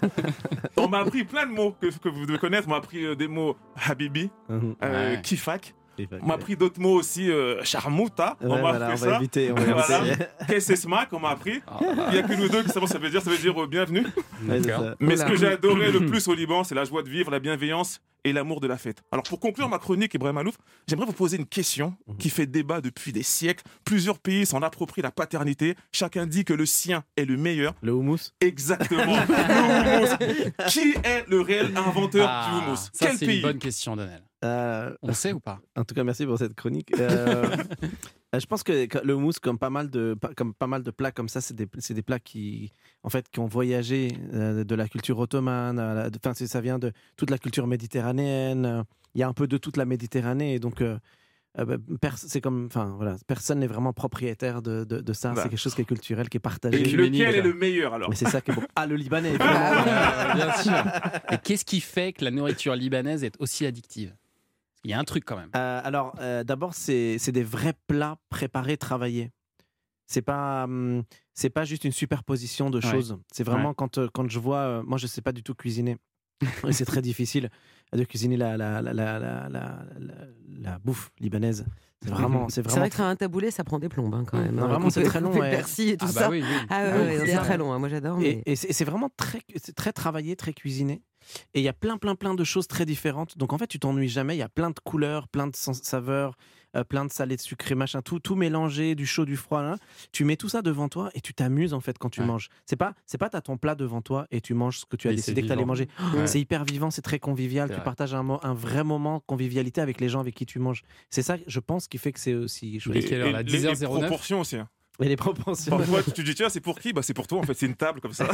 On m'a appris plein de mots que, que vous devez connaître. On m'a appris euh, des mots Habibi, euh, Ouais. Kifak. Kifak, On m'a ouais. appris d'autres mots aussi, euh, Charmouta. Ouais, on m'a voilà, appris on va ça. éviter, on va Voilà. éviter. Kessesmak, on m'a appris. Il n'y a que nous deux qui savons ce que ça veut dire. Ça veut dire euh, bienvenue. Ouais, c'est D'accord. ça. Mais ce Oula. que j'ai adoré le plus au Liban, c'est la joie de vivre, la bienveillance et l'amour de la fête. Alors pour conclure ma chronique, Ibrahim Malouf, j'aimerais vous poser une question qui fait débat depuis des siècles. Plusieurs pays s'en approprient la paternité. Chacun dit que le sien est le meilleur. Le houmous. Exactement. Le houmous. Qui est le réel inventeur Ah, du houmous? ça, Quel c'est pays? une bonne question, Daniel. Euh, On sait ou pas? En tout cas, merci pour cette chronique. Euh, euh, je pense que que le houmous, comme pas mal de, pa- comme pas mal de plats comme ça, c'est des, c'est des plats qui, en fait, qui ont voyagé euh, de la culture ottomane. à la- de- Enfin, c'est- ça vient de toute la culture méditerranéenne. euh, Il y a un peu de toute la Méditerranée, et donc. euh, euh, bah, pers- c'est comme, enfin voilà, personne n'est vraiment propriétaire de, de, de ça. Bah. C'est quelque chose qui est culturel, qui est Et partagé. lequel est le meilleur alors? Mais c'est ça qui est bon. Ah, le Libanais. Ah, évidemment. ouais, bien sûr. Et qu'est-ce qui fait que la nourriture libanaise est aussi addictive? Il y a un truc quand même. Euh, alors, euh, d'abord, c'est c'est des vrais plats préparés, travaillés. C'est pas, hum, c'est pas juste une superposition de Ouais. choses. C'est vraiment Ouais. quand, euh, quand je vois. euh, moi, je sais pas du tout cuisiner. Et c'est très difficile de cuisiner la, la, la, la, la, la, la- la bouffe libanaise. C'est vraiment. C'est C'est vraiment vrai que faire un taboulé, ça prend des plombes hein, quand même. Non, hein. vraiment, c'est très long, Couper le ouais. persil et tout Ah bah ça. oui, oui. Ah ouais, Ah oui, ouais, c'est c'est ça. très long. hein. Moi, j'adore. Et, Mais... et c'est c'est vraiment très, c'est très travaillé, très cuisiné. Et il y a plein, plein, plein de choses très différentes. Donc en fait, tu t'ennuies jamais. Il y a plein de couleurs, plein de sens- saveurs, euh, plein de salé, de sucré, machin, tout, tout mélangé, du chaud, du froid. Là. Tu mets tout ça devant toi et tu t'amuses en fait quand tu Ouais. manges. C'est pas, c'est pas t'as ton plat devant toi et tu manges ce que tu as Oui, décidé c'est que tu allais vivant. manger. Ouais. C'est hyper vivant, c'est très convivial. C'est Tu vrai. partages un, mo- un vrai moment de convivialité avec les gens avec qui tu manges. C'est ça, je pense, qui fait que c'est aussi chouette. Et quelle heure, là, les- dix heures les zéro neuf proportions aussi. hein. Et les proportions. Parfois, tu dis tiens, c'est pour qui? Bah, c'est pour toi en fait, c'est une table comme ça.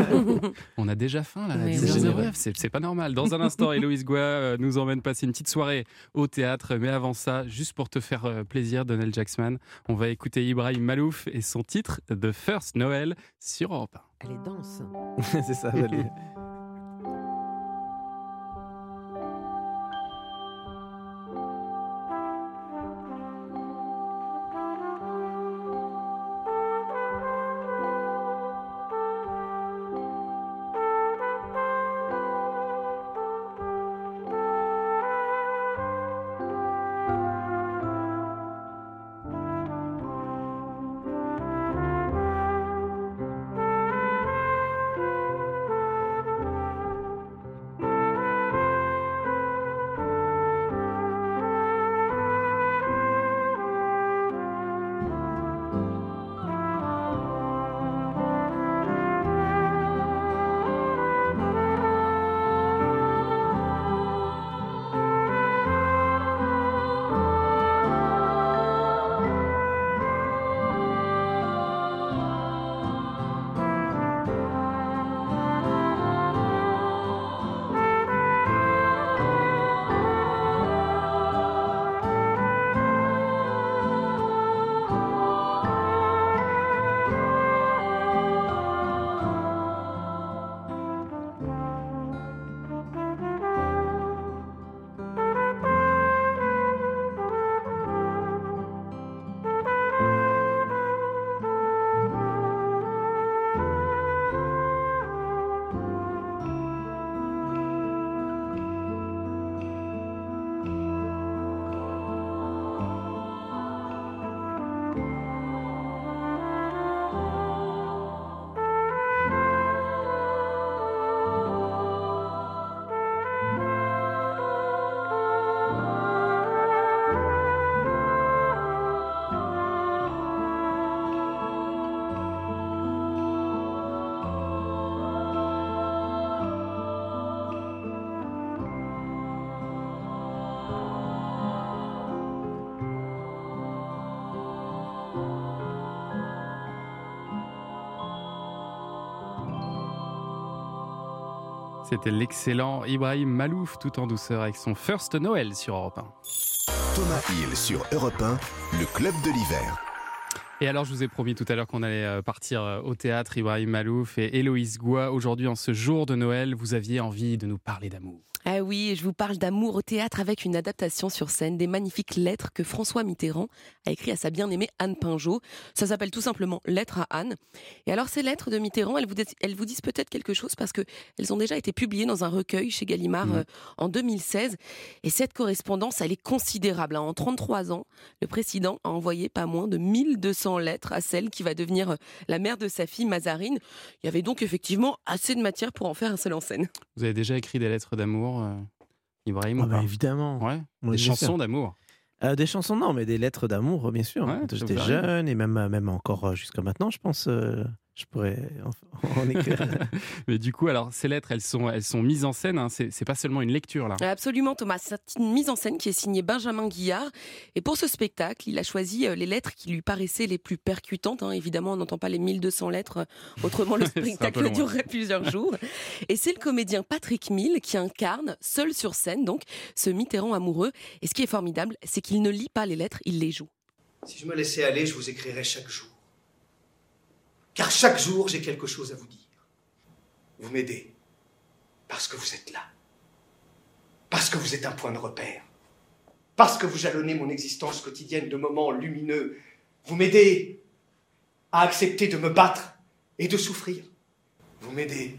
On a déjà faim là, à Oui, dix heures oui. zéro neuf, c'est c'est pas normal. Dans un instant, Héloïse Goua euh, nous emmène passer une petite soirée au théâtre. Mais avant ça, juste pour te faire euh, plaisir, Donald Jackman, on va écouter Ibrahim Malouf et son titre The First Noël sur Europe un. Elle est dense. c'est ça. Valérie. C'était l'excellent Ibrahim Malouf, tout en douceur, avec son First Noël sur Europe un. Thomas Hill sur Europe un, le club de l'hiver. Et alors, je vous ai promis tout à l'heure qu'on allait partir au théâtre, Ibrahim Malouf et Héloïse Goua. Aujourd'hui, en ce jour de Noël, vous aviez envie de nous parler d'amour. Ah oui, je vous parle d'amour au théâtre avec une adaptation sur scène des magnifiques lettres que François Mitterrand a écrites à sa bien-aimée Anne Pinjot. Ça s'appelle tout simplement Lettres à Anne. Et alors ces lettres de Mitterrand, elles vous, elles vous disent peut-être quelque chose parce qu'elles ont déjà été publiées dans un recueil chez Gallimard mmh. euh, en deux mille seize. Et cette correspondance, elle est considérable. Hein. En trente-trois ans, le président a envoyé pas moins de mille deux cents lettres à celle qui va devenir la mère de sa fille Mazarine. Il y avait donc effectivement assez de matière pour en faire un seul en scène. Vous avez déjà écrit des lettres d'amour Euh, Ibrahim, oh ou bah pas évidemment. Ouais. Ouais, des chansons sûr. d'amour. Euh, des chansons, non, mais des lettres d'amour, bien sûr. Ouais, Quand j'étais jeune et même, même encore jusqu'à maintenant, je pense, euh, je pourrais en, en écrire. Mais du coup, alors, ces lettres, elles sont, elles sont mises en scène. Hein, c'est, c'est pas seulement une lecture, là. Absolument, Thomas. C'est une mise en scène qui est signée Benjamin Guillard. Et pour ce spectacle, il a choisi les lettres qui lui paraissaient les plus percutantes. Hein. Évidemment, on n'entend pas les mille deux cents lettres. Autrement, le spectacle durerait plusieurs jours. Et c'est le comédien Patrick Mille qui incarne, seul sur scène, donc, ce Mitterrand amoureux. Et ce qui est formidable, c'est qu'il ne lit pas les lettres, il les joue. Si je me laissais aller, je vous écrirais chaque jour. Car chaque jour, j'ai quelque chose à vous dire. Vous m'aidez parce que vous êtes là. Parce que vous êtes un point de repère. Parce que vous jalonnez mon existence quotidienne de moments lumineux. Vous m'aidez à accepter de me battre et de souffrir. Vous m'aidez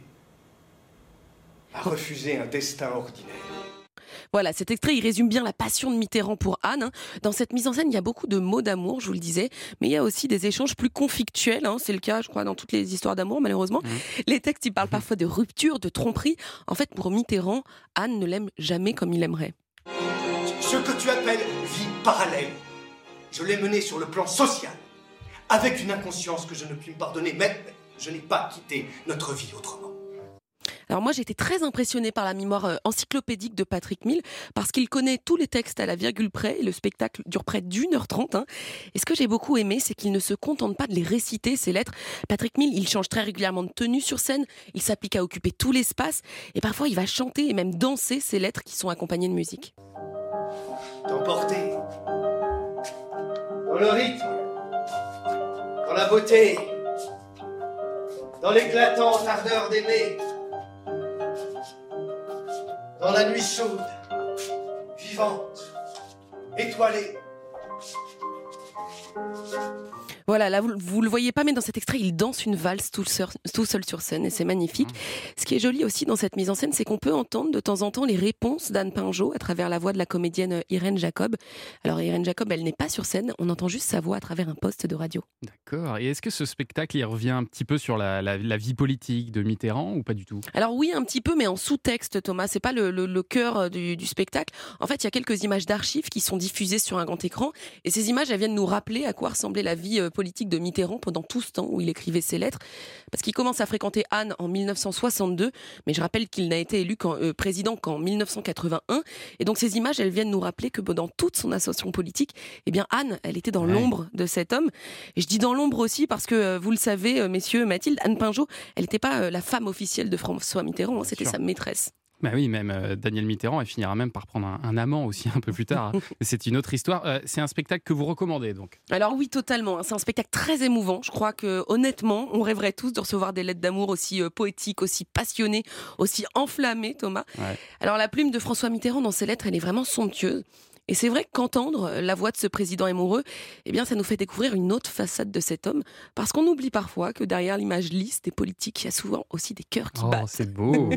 à refuser un destin ordinaire. Voilà, cet extrait, il résume bien la passion de Mitterrand pour Anne. Hein. Dans cette mise en scène, il y a beaucoup de mots d'amour, je vous le disais, mais il y a aussi des échanges plus conflictuels. Hein. C'est le cas, je crois, dans toutes les histoires d'amour, malheureusement. Mmh. Les textes, ils parlent parfois de rupture, de tromperie. En fait, pour Mitterrand, Anne ne l'aime jamais comme il aimerait. Ce que tu appelles vie parallèle, je l'ai mené sur le plan social, avec une inconscience que je ne puis me pardonner, mais je n'ai pas quitté notre vie autrement. Alors moi, j'ai été très impressionnée par la mémoire encyclopédique de Patrick Mille parce qu'il connaît tous les textes à la virgule près et le spectacle dure près d'une heure trente. Hein. Et ce que j'ai beaucoup aimé, c'est qu'il ne se contente pas de les réciter, ces lettres. Patrick Mille, il change très régulièrement de tenue sur scène, il s'applique à occuper tout l'espace et parfois il va chanter et même danser ces lettres qui sont accompagnées de musique. T'emporter dans le rythme, dans la beauté, dans l'éclatante ardeur d'aimer, dans la nuit chaude, vivante, étoilée. Voilà, là, vous, vous le voyez pas, mais dans cet extrait, il danse une valse tout seul, tout seul sur scène, et c'est magnifique. Mmh. Ce qui est joli aussi dans cette mise en scène, c'est qu'on peut entendre de temps en temps les réponses d'Anne Pinjot à travers la voix de la comédienne Irène Jacob. Alors, Irène Jacob, elle n'est pas sur scène, on entend juste sa voix à travers un poste de radio. D'accord. Et est-ce que ce spectacle, il revient un petit peu sur la, la, la vie politique de Mitterrand ou pas du tout ? Alors oui, un petit peu, mais en sous-texte, Thomas. C'est pas le, le, le cœur du, du spectacle. En fait, il y a quelques images d'archives qui sont diffusées sur un grand écran, et ces images, elles viennent nous rappeler à quoi ressemblait la vie politique de Mitterrand pendant tout ce temps où il écrivait ses lettres, parce qu'il commence à fréquenter Anne en dix-neuf cent soixante-deux, mais je rappelle qu'il n'a été élu quand, euh, président qu'en dix-neuf cent quatre-vingt-un, et donc ces images, elles viennent nous rappeler que dans toute son ascension politique, eh bien Anne, elle était dans ouais. l'ombre de cet homme, et je dis dans l'ombre aussi parce que, euh, vous le savez, euh, messieurs, Mathilde, Anne Pinjot, elle n'était pas euh, la femme officielle de François Mitterrand, hein, c'était sa maîtresse. Bah oui, même euh, Daniel Mitterrand, elle finira même par prendre un, un amant aussi un peu plus tard. Hein. C'est une autre histoire. Euh, c'est un spectacle que vous recommandez donc ? Alors oui, totalement. C'est un spectacle très émouvant. Je crois que honnêtement, on rêverait tous de recevoir des lettres d'amour aussi euh, poétiques, aussi passionnées, aussi enflammées, Thomas. Ouais. Alors la plume de François Mitterrand dans ses lettres, elle est vraiment somptueuse. Et c'est vrai qu'entendre la voix de ce président amoureux, eh bien, ça nous fait découvrir une autre façade de cet homme, parce qu'on oublie parfois que derrière l'image lisse des politiques, il y a souvent aussi des cœurs qui oh, battent. C'est beau.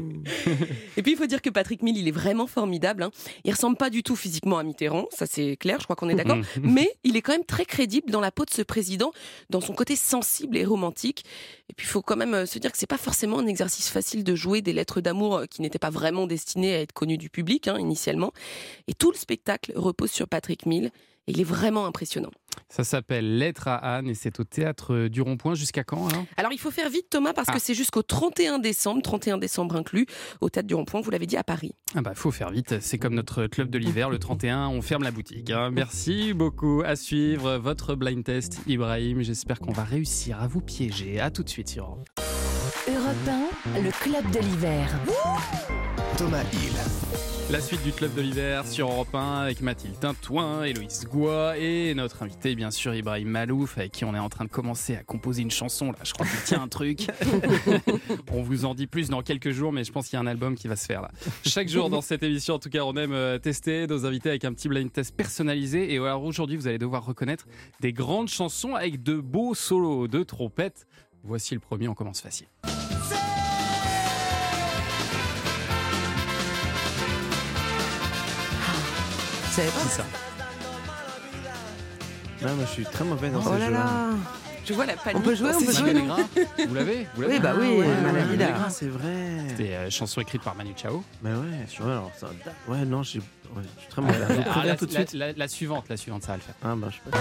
Et puis il faut dire que Patrick Mille, il est vraiment formidable. Hein. Il ressemble pas du tout physiquement à Mitterrand, ça c'est clair, je crois qu'on est d'accord. Mais il est quand même très crédible dans la peau de ce président, dans son côté sensible et romantique. Et puis il faut quand même se dire que c'est pas forcément un exercice facile de jouer des lettres d'amour qui n'étaient pas vraiment destinées à être connues du public hein, initialement. Et tout le spectacle repose sur Patrick Mille et il est vraiment impressionnant. Ça s'appelle Lettres à Anne et c'est au Théâtre du Rond-Point. Jusqu'à quand alors ? Alors il faut faire vite Thomas parce ah. que c'est jusqu'au trente et un décembre, trente et un décembre inclus, au Théâtre du Rond-Point, vous l'avez dit, à Paris. Ah bah faut faire vite, c'est comme notre club de l'hiver, le trente et un, on ferme la boutique. Hein. Merci beaucoup, à suivre votre blind test Ibrahim, j'espère qu'on va réussir à vous piéger. À tout de suite sur Europe. Europe un, le club de l'hiver. Thomas Hill. La suite du Club de l'hiver sur Europe un avec Mathilde Tintouin, Héloïse Goua et notre invité bien sûr Ibrahim Malouf avec qui on est en train de commencer à composer une chanson. Là, je crois qu'il tient un truc. On vous en dit plus dans quelques jours, mais je pense qu'il y a un album qui va se faire là. Chaque jour dans cette émission, en tout cas, on aime euh, tester nos invités avec un petit blind test personnalisé. Et alors aujourd'hui, vous allez devoir reconnaître des grandes chansons avec de beaux solos de trompette. Voici le premier, on commence facile. C'est qui ça? Non, moi je suis très mauvais dans Oh ces là jeux-là. là. Je vois la panique. On peut jouer, on peut jouer. Manuel Gras, vous l'avez, vous l'avez Oui, bah oui, Ah ouais, Manuel Manuel Gras. Gras, c'est vrai. C'était euh, chanson écrite par Manu Chao. Mais ouais, je, ouais, alors, ça, ouais, non, j'ai, ouais, je suis très mauvais. Je vous Ah, préviens la, tout de la- suite. La, la suivante, la suivante, ça va le faire. Ah bah je sais pas.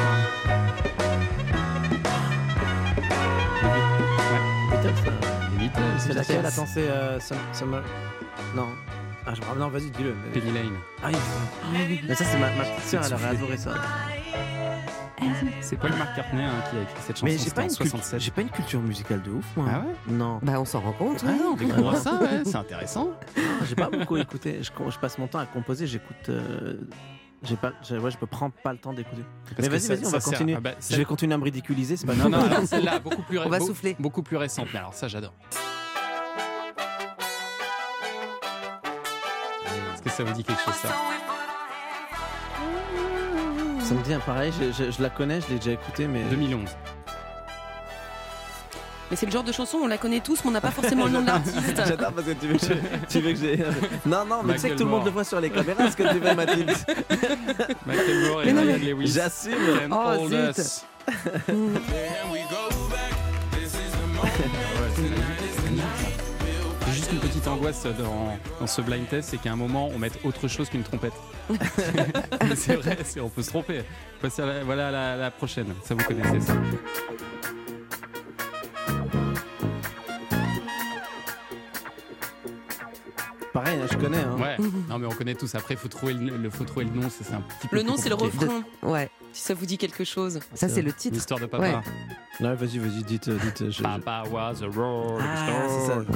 Beatles, ça. Les Beatles, C'est les laquelle? Beatles. Attends, c'est euh, Sum- Summer. Non. Ah, je me rappelle. Non, vas-y, dis-le. Penny Lane. Ah oui. Mais ça, c'est ma, ma petite sœur, elle aurait adoré ça. C'est Paul McCartney hein, qui a écrit cette chanson. Mais j'ai c'était pas, en une soixante-sept. culture, j'ai pas une culture musicale de ouf, moi. Ah ouais? Non. Bah on s'en rend compte. Ah ouais. non, découvre ça, ouais, c'est intéressant. Ah, j'ai pas beaucoup écouté. Je, je passe mon temps à composer, j'écoute. Euh, j'ai pas, j'ai- ouais, je peux prendre pas le temps d'écouter. Parce Mais que vas-y, ça- vas-y, on ça va sert- continuer. ah bah, Je celle- vais continuer à me ridiculiser, c'est pas Non, grave. non, alors celle-là, beaucoup plus, On va beau- souffler. beaucoup plus récente. Mais alors ça, j'adore. Est-ce que ça vous dit quelque chose, ça? Ça me dit un pareil, je, je- je la connais, je l'ai déjà écoutée, mais. deux mille onze. Mais c'est le genre de chanson, on la connaît tous, mais on n'a pas forcément le nom de l'artiste. J'adore parce que tu veux que, je- tu veux que j'ai. Non, non, mais tu sais que tout le monde Macklemore. le voit sur les caméras, ce que tu fais, Mathilde. Macklemore et Mais non, Ryan mais Lewis. j'assume. Can't Oh, hold zut. us. J'ai juste une petite angoisse dans, dans ce blind test, c'est qu'à un moment on mette autre chose qu'une trompette. Mais c'est vrai, c'est- on peut se tromper. Passer à la, voilà la, la prochaine, ça vous connaissez ça. Pareil, je connais. Hein. Ouais, non mais on connaît tous. Après, il faut trouver le, le- faut trouver le nom, ça, c'est un petit peu Le plus nom, c'est le compliqué. refrain, Ouais. si ça vous dit quelque chose. Ça c'est le titre. L'histoire de papa. Ouais. Ouais, vas-y, vas-y, dites. euh, dites je- je- Papa was a rolling Ah, c'est ça.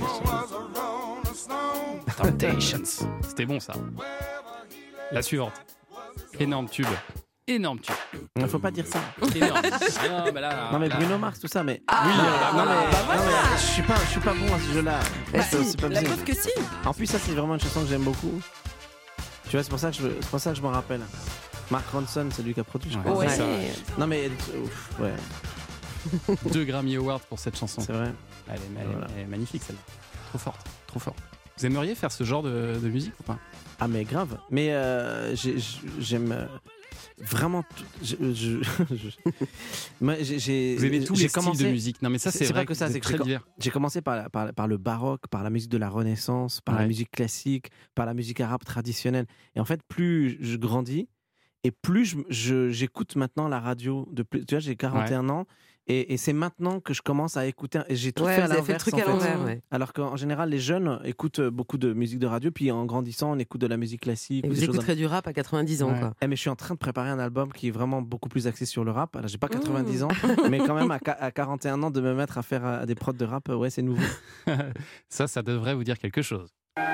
stone. Temptations. C'était bon ça. La suivante. Énorme tube. Énorme tube. Il faut pas dire ça. Énorme. Ah non, mais là, Non mais là- Bruno Mars, tout ça, mais. Oui, non, ah, non, bah, mais, bah, non, mais je suis pas, je suis pas bon à ce jeu-là. Bah, C'est- si, c'est pas La possible. preuve que si. En plus, ça c'est vraiment une chanson que j'aime beaucoup. Tu vois, c'est pour ça que je, c'est pour ça que je m'en rappelle. Mark Ronson, c'est lui qui a produit, je Ouais, crois. c'est Ouais. ça. Non mais, ouf, ouais, Deux Grammy Awards pour cette chanson. c'est vrai. Elle est, elle est- Voilà. elle est magnifique celle-là. Trop forte, trop forte. Vous aimeriez faire ce genre de, de musique ou pas? Ah mais grave. Mais euh, j'ai- j'aime euh, vraiment. Tout, je, je- je- Moi, j'ai, j'ai- Vous aimez tous j'ai les styles commencé- de musique. Non mais ça C'est- c'est c'est vrai pas que ça, vous c'est êtes que très j'ai- divers. J'ai commencé par, par, par le baroque, par la musique de la Renaissance, par Ouais. la musique classique, par la musique arabe traditionnelle. Et en fait, plus je grandis et plus je, je- j'écoute maintenant la radio. De plus, tu vois, j'ai quarante et un ans et, et c'est maintenant que je commence à écouter. Et j'ai tout Ouais, fait à vous avez fait le l'inverse. truc en à fait. l'envers, ouais. Alors qu'en général, les jeunes écoutent beaucoup de musique de radio, puis en grandissant, on écoute de la musique classique. Et ou vous des choses écouterez du rap à quatre-vingt-dix ans, Ouais. quoi. eh, mais je suis en train de préparer un album qui est vraiment beaucoup plus axé sur le rap. Alors, j'ai pas Mmh. quatre-vingt-dix ans, mais quand même à, qua- à quarante et un ans de me mettre à faire euh, des prods de rap, euh, ouais, c'est nouveau. Ça, ça devrait vous dire quelque chose.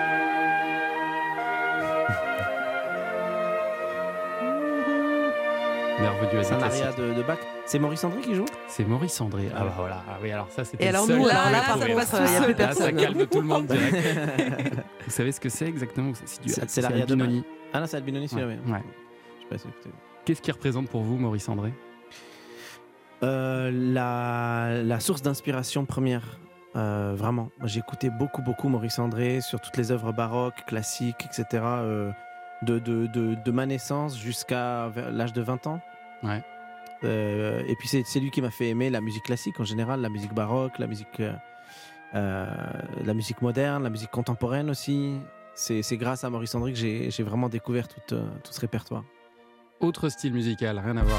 Nerveux du C'est un classique. aria de, de Bach. C'est Maurice André qui joue? C'est Maurice André. Ah bah voilà. Ah oui, alors ça c'était Et alors le seul nous, que là, je là, pouvais ça trouver. passe, il y a plus Là, ça personne. calme tout le monde direct. Vous savez ce que c'est exactement? C'est du C'est- c'est l'aria de Albinoni. Ah non, c'est Albinoni, celui-là, Ouais. oui. Ouais. Je sais pas si écoutez. Qu'est-ce qui représente pour vous Maurice André? Euh, la, la source d'inspiration première, euh, vraiment. Moi, j'ai écouté beaucoup, beaucoup Maurice André sur toutes les œuvres baroques, classiques, et cetera. euh, de, de, de, de ma naissance jusqu'à vers l'âge de vingt ans. Ouais. Euh, et puis c'est, c'est lui qui m'a fait aimer la musique classique en général, la musique baroque, la musique, euh, euh, la musique moderne, la musique contemporaine aussi. C'est, c'est grâce à Maurice André que j'ai, j'ai vraiment découvert tout, euh, tout ce répertoire. Autre style musical, rien à voir.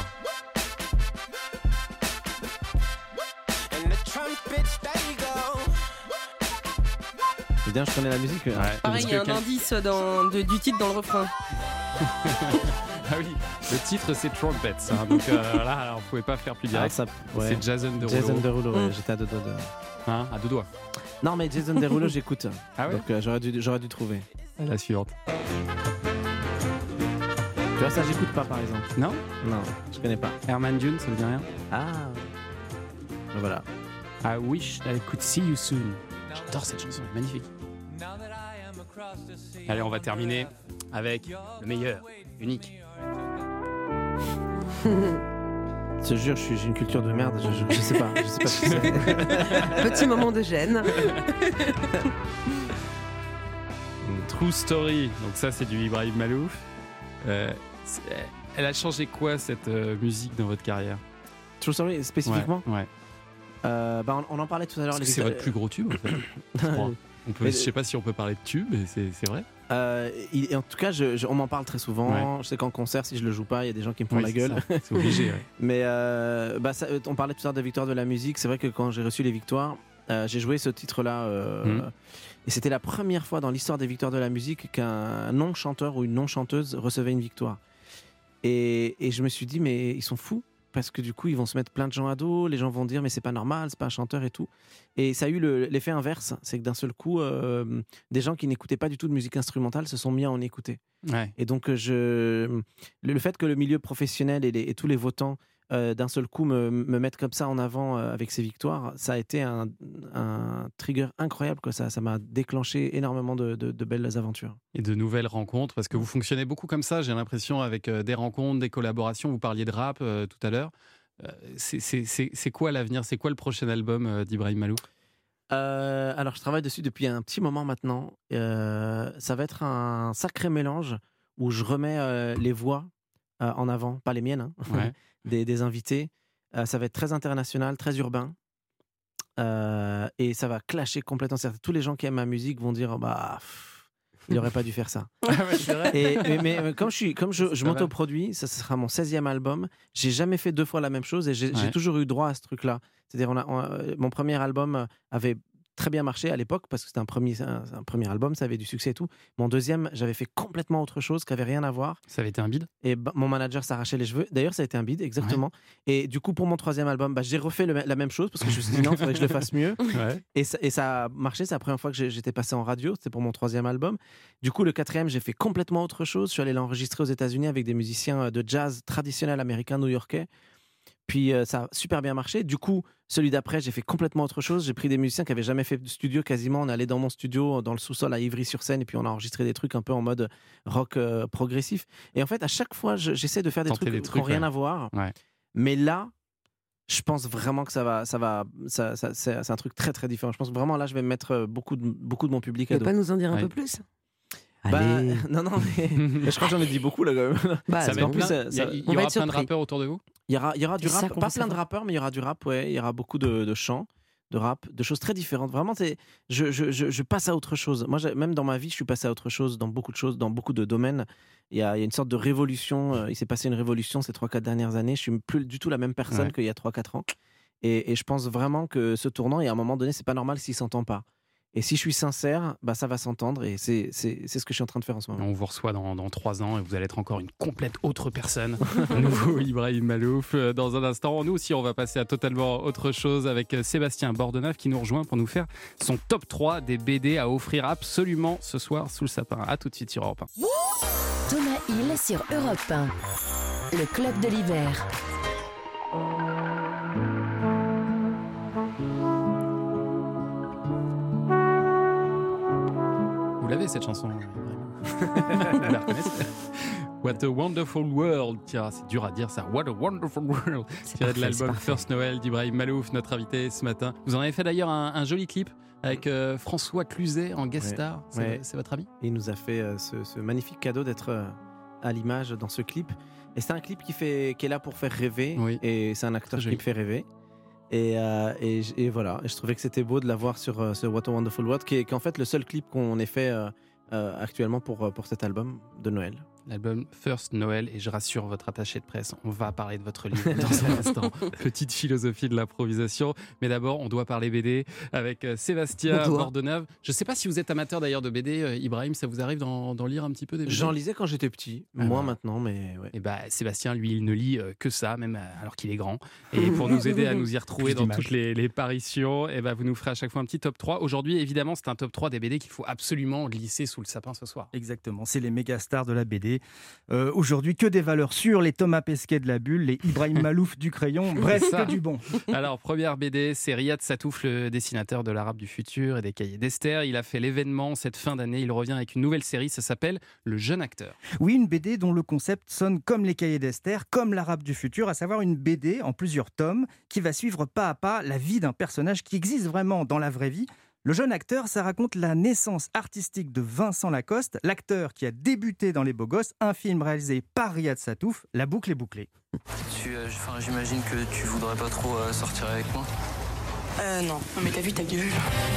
Bien, je connais la musique. euh, Ouais. Pareil, il y a un indice dans, de- du titre dans le refrain. Ah oui, le titre c'est Trumpets, hein, donc euh, là on pouvait pas faire plus direct. Ah, ça, ouais. C'est Jason Derulo. Jason Derulo, ouais, Mmh. j'étais à deux doigts de... Hein, à deux doigts. Non mais Jason Derulo j'écoute, Ah ouais donc euh, j'aurais, dû, j'aurais dû trouver. La suivante. Tu vois ça j'écoute pas par exemple. Non Non, je connais pas. Herman Dune, ça veut dire rien. Ah. Voilà. I wish I could see you soon. J'adore cette chanson, magnifique. Allez, on va terminer avec le meilleur, unique. Je te jure, je suis- j'ai une culture de merde, je, je, je sais pas, je sais pas ce que c'est. Petit moment de gêne. True Story, donc ça c'est du Ibrahim Malouf. Euh, c'est- elle a changé quoi cette euh, musique dans votre carrière? True Story spécifiquement Ouais. ouais. Euh, bah, on, on en parlait tout à l'heure. Parce que les c'est Victor- votre plus gros tube en fait. je crois. On peut, Mais- je sais pas si on peut parler de tube, mais c'est, c'est vrai. Euh, il- en tout cas, je, je- on m'en parle très souvent. Ouais. Je sais qu'en concert, si je le joue pas, il y a des gens qui me font Oui, la c'est gueule. ça. C'est obligé, ouais. Mais euh, bah, ça- on parlait tout à l'heure des victoires de la musique. C'est vrai que quand j'ai reçu les victoires, euh, j'ai joué ce titre-là. euh, Mhm. Et c'était la première fois dans l'histoire des victoires de la musique qu'un non-chanteur ou une non-chanteuse recevait une victoire. Et, et je me suis dit, mais ils sont fous. Parce que du coup, ils vont se mettre plein de gens à dos, les gens vont dire mais c'est pas normal, c'est pas un chanteur et tout. Et ça a eu le- l'effet inverse, c'est que d'un seul coup, euh, des gens qui n'écoutaient pas du tout de musique instrumentale se sont mis à en écouter. Ouais. Et donc, je, le, le fait que le milieu professionnel et, les- et tous les votants euh, d'un seul coup me, me mettent comme ça en avant euh, avec ces victoires, ça a été un, un trigger incroyable, quoi. Ça, ça m'a déclenché énormément de, de- de belles aventures. Et de nouvelles rencontres, parce que vous fonctionnez beaucoup comme ça, j'ai l'impression, avec euh, des rencontres, des collaborations. Vous parliez de rap euh, tout à l'heure. Euh, c'est, c'est, c'est, c'est quoi l'avenir? C'est quoi le prochain album euh, d'Ibrahim Malouf? Euh, alors, je travaille dessus depuis un petit moment maintenant. Euh, ça va être un sacré mélange où je remets euh, les voix euh, en avant, pas les miennes, hein, Ouais. des, des invités. Euh, ça va être très international, très urbain. Euh, et ça va clasher complètement. C'est-à-dire que tous les gens qui aiment ma musique vont dire bah, pff, il n'aurait pas dû faire ça. Et, mais, mais, mais comme je, suis, comme je, je pas mal. m'autoproduis, ça, ce sera mon seizième album. J'ai jamais fait deux fois la même chose et j'ai, j'ai Ouais. toujours eu droit à ce truc-là. C'est-à-dire, on a, on a- mon premier album avait très bien marché à l'époque parce que c'était un premier, un, un premier album, ça avait du succès et tout. Mon deuxième, j'avais fait complètement autre chose qui avait rien à voir. Ça avait été un bide? Et bah, mon manager s'arrachait les cheveux. D'ailleurs, ça a été un bide, exactement. Et du coup, pour mon troisième album, bah, j'ai refait le- la même chose parce que je me suis dit non, il faudrait que je le fasse mieux. Ouais. Et ça, et ça a marché, c'est la première fois que j'ai- j'étais passé en radio, c'était pour mon troisième album. Du coup, le quatrième, j'ai fait complètement autre chose. Je suis allé l'enregistrer aux États-Unis avec des musiciens de jazz traditionnels américains, new-yorkais. Puis euh, ça a super bien marché. Du coup, celui d'après, j'ai fait complètement autre chose. J'ai pris des musiciens qui avaient jamais fait de studio quasiment. On est allé dans mon studio, dans le sous-sol à Ivry-sur-Seine, et puis on a enregistré des trucs un peu en mode rock euh, progressif. Et en fait, à chaque fois, je- j'essaie de faire des Tenter trucs des qui trucs, n'ont rien ouais. à voir. Ouais. Mais là, je pense vraiment que ça va, ça va, ça, ça- c'est, c'est un truc très très différent. Je pense vraiment là, je vais me mettre euh, beaucoup de, beaucoup de mon public Tu à peux dos. pas nous en dire un Ouais. peu plus? Bah, Allez. non, non, mais mais je crois que j'en ai dit beaucoup là quand même. Bah, Ça c'est va bon. être plein- ça- il y, a- ça- il y on va aura être plein de surpris. rappeurs autour de vous? Il y aura, il y aura du C'est ça rap, qu'on pas veut plein de savoir. rappeurs, mais il y aura du rap, ouais. Il y aura beaucoup de, de chants, de rap, de choses très différentes. Vraiment, c'est, je, je, je, je passe à autre chose. Moi, j'ai- même dans ma vie, je suis passé à autre chose, dans beaucoup de choses, dans beaucoup de domaines. Il y a, il y a une sorte de révolution. euh, Il s'est passé une révolution ces trois quatre dernières années. Je suis plus du tout la même personne Ouais. qu'il y a trois quatre ans. Et, et je pense vraiment que ce tournant, et à un moment donné, c'est pas normal s'il s'entend pas. Et si je suis sincère, bah, ça va s'entendre. Et c'est, c'est, c'est ce que je suis en train de faire en ce moment. On vous reçoit dans, dans trois ans et vous allez être encore une complète autre personne. Nouveau Ibrahim Malouf. Euh, Dans un instant, nous aussi, on va passer à totalement autre chose avec euh, Sébastien Bordenave qui nous rejoint pour nous faire son top trois des B D à offrir absolument ce soir sous le sapin. A tout de suite sur Europe un. Thomas Hill sur Europe un. Le club de l'hiver. Vous l'avez cette chanson? Vous la reconnaissez? What a Wonderful World. Tiens, c'est dur à dire ça. What a Wonderful World. C'est Tiré de parfait, c'est l'album parfait. First Noël d'Ibrahim Malouf, notre invité ce matin. Vous en avez fait d'ailleurs un, un joli clip avec euh, François Cluzet en guest Ouais. star. C'est, Ouais. c'est votre ami? Il nous a fait euh, ce, ce magnifique cadeau d'être euh, à l'image dans ce clip. Et c'est un clip qui, fait, qui est là pour faire rêver. Oui. Et c'est un acteur Très qui joli. me fait rêver. Et, euh, et, j- et voilà. Et je trouvais que c'était beau de l'avoir sur euh, ce What a Wonderful World, qui est, qui est en fait le seul clip qu'on ait fait euh, euh, actuellement pour, euh, pour cet album de Noël. l'album First Noël, et je rassure votre attaché de presse, on va parler de votre livre dans un instant. Petite philosophie de l'improvisation, mais d'abord on doit parler B D avec Sébastien Bordenave. Je ne sais pas si vous êtes amateur d'ailleurs de B D, euh, Ibrahim, ça vous arrive d'en, d'en lire un petit peu des B D? J'en lisais quand j'étais petit, ah moins bah. maintenant, mais ouais. Et bah, Sébastien, lui, il ne lit euh, que ça, même alors qu'il est grand. Et pour nous aider à nous y retrouver dans toutes les, les paritions, et bah, vous nous ferez à chaque fois un petit top trois. Aujourd'hui, évidemment, c'est un top trois des B D qu'il faut absolument glisser sous le sapin ce soir. Exactement, c'est les méga stars de la B D. Euh, aujourd'hui, que des valeurs sûres, les Thomas Pesquet de la bulle, les Ibrahim Malouf du crayon, bref, que du bon. Alors, première B D, c'est Riyad Satouf, le dessinateur de l'Arabe du futur et des Cahiers d'Esther. Il a fait l'événement cette fin d'année. Il revient avec une nouvelle série, ça s'appelle Le Jeune Acteur. Oui, une B D dont le concept sonne comme les Cahiers d'Esther, comme l'Arabe du futur, à savoir une B D en plusieurs tomes qui va suivre pas à pas la vie d'un personnage qui existe vraiment dans la vraie vie. Le Jeune Acteur, ça raconte la naissance artistique de Vincent Lacoste, l'acteur qui a débuté dans Les Beaux Gosses, un film réalisé par Riyad Satouf. La boucle est bouclée. Tu, euh, j'imagine que tu voudrais pas trop euh, sortir avec moi. Euh non, mais t'as vu ta gueule.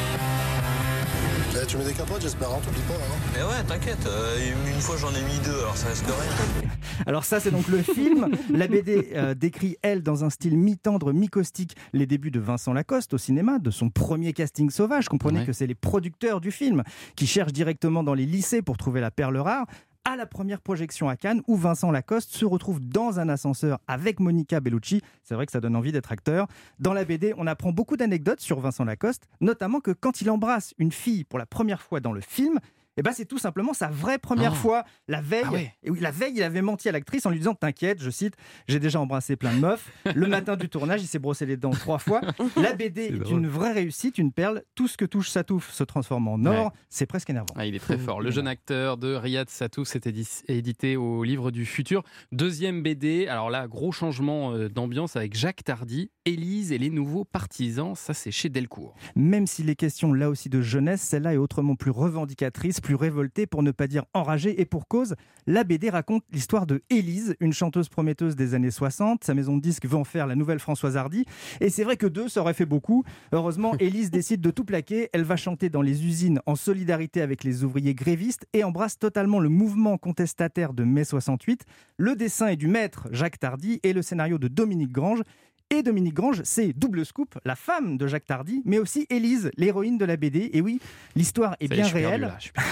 Eh, tu mets des capotes, j'espère, hein, t'oublies pas. Hein. Mais ouais, t'inquiète, euh, une fois j'en ai mis deux, alors ça reste de rien. Alors ça, c'est donc le film. La B D euh, décrit, elle, dans un style mi-tendre, mi-caustique, les débuts de Vincent Lacoste au cinéma, de son premier casting sauvage. Comprenez ouais. que c'est les producteurs du film qui cherchent directement dans les lycées pour trouver la perle rare. À la première projection à Cannes, où Vincent Lacoste se retrouve dans un ascenseur avec Monica Bellucci. C'est vrai que ça donne envie d'être acteur. Dans la B D, on apprend beaucoup d'anecdotes sur Vincent Lacoste, notamment que quand il embrasse une fille pour la première fois dans le film, eh ben c'est tout simplement sa vraie première oh. fois. La veille, ah ouais. et oui, la veille, il avait menti à l'actrice en lui disant « T'inquiète, je cite, j'ai déjà embrassé plein de meufs. » Le matin du tournage, il s'est brossé les dents trois fois. La B D est, est une vraie réussite, une perle. Tout ce que touche Satouf se transforme en or. Ouais. C'est presque énervant. Ah, il est très fort. Le Jeune Acteur de Riyad Satouf, c'est édi- édité au Livre du Futur. Deuxième B D, alors là, gros changement d'ambiance avec Jacques Tardy, Élise et les nouveaux partisans. Ça, c'est chez Delcourt. Même s'il est question là aussi de jeunesse, celle-là est autrement plus revendicatrice, plus révoltée, pour ne pas dire enragée, et pour cause. La B D raconte l'histoire de Élise, une chanteuse prometteuse des années soixante. Sa maison de disques veut en faire la nouvelle Françoise Hardy. Et c'est vrai que deux, ça aurait fait beaucoup. Heureusement, Élise décide de tout plaquer. Elle va chanter dans les usines en solidarité avec les ouvriers grévistes et embrasse totalement le mouvement contestataire de mai soixante-huit. Le dessin est du maître Jacques Tardy et le scénario de Dominique Grange. Et Dominique Grange, c'est double scoop, la femme de Jacques Tardy, mais aussi Élise, l'héroïne de la B D. Et oui, l'histoire est Ça bien y est, réelle.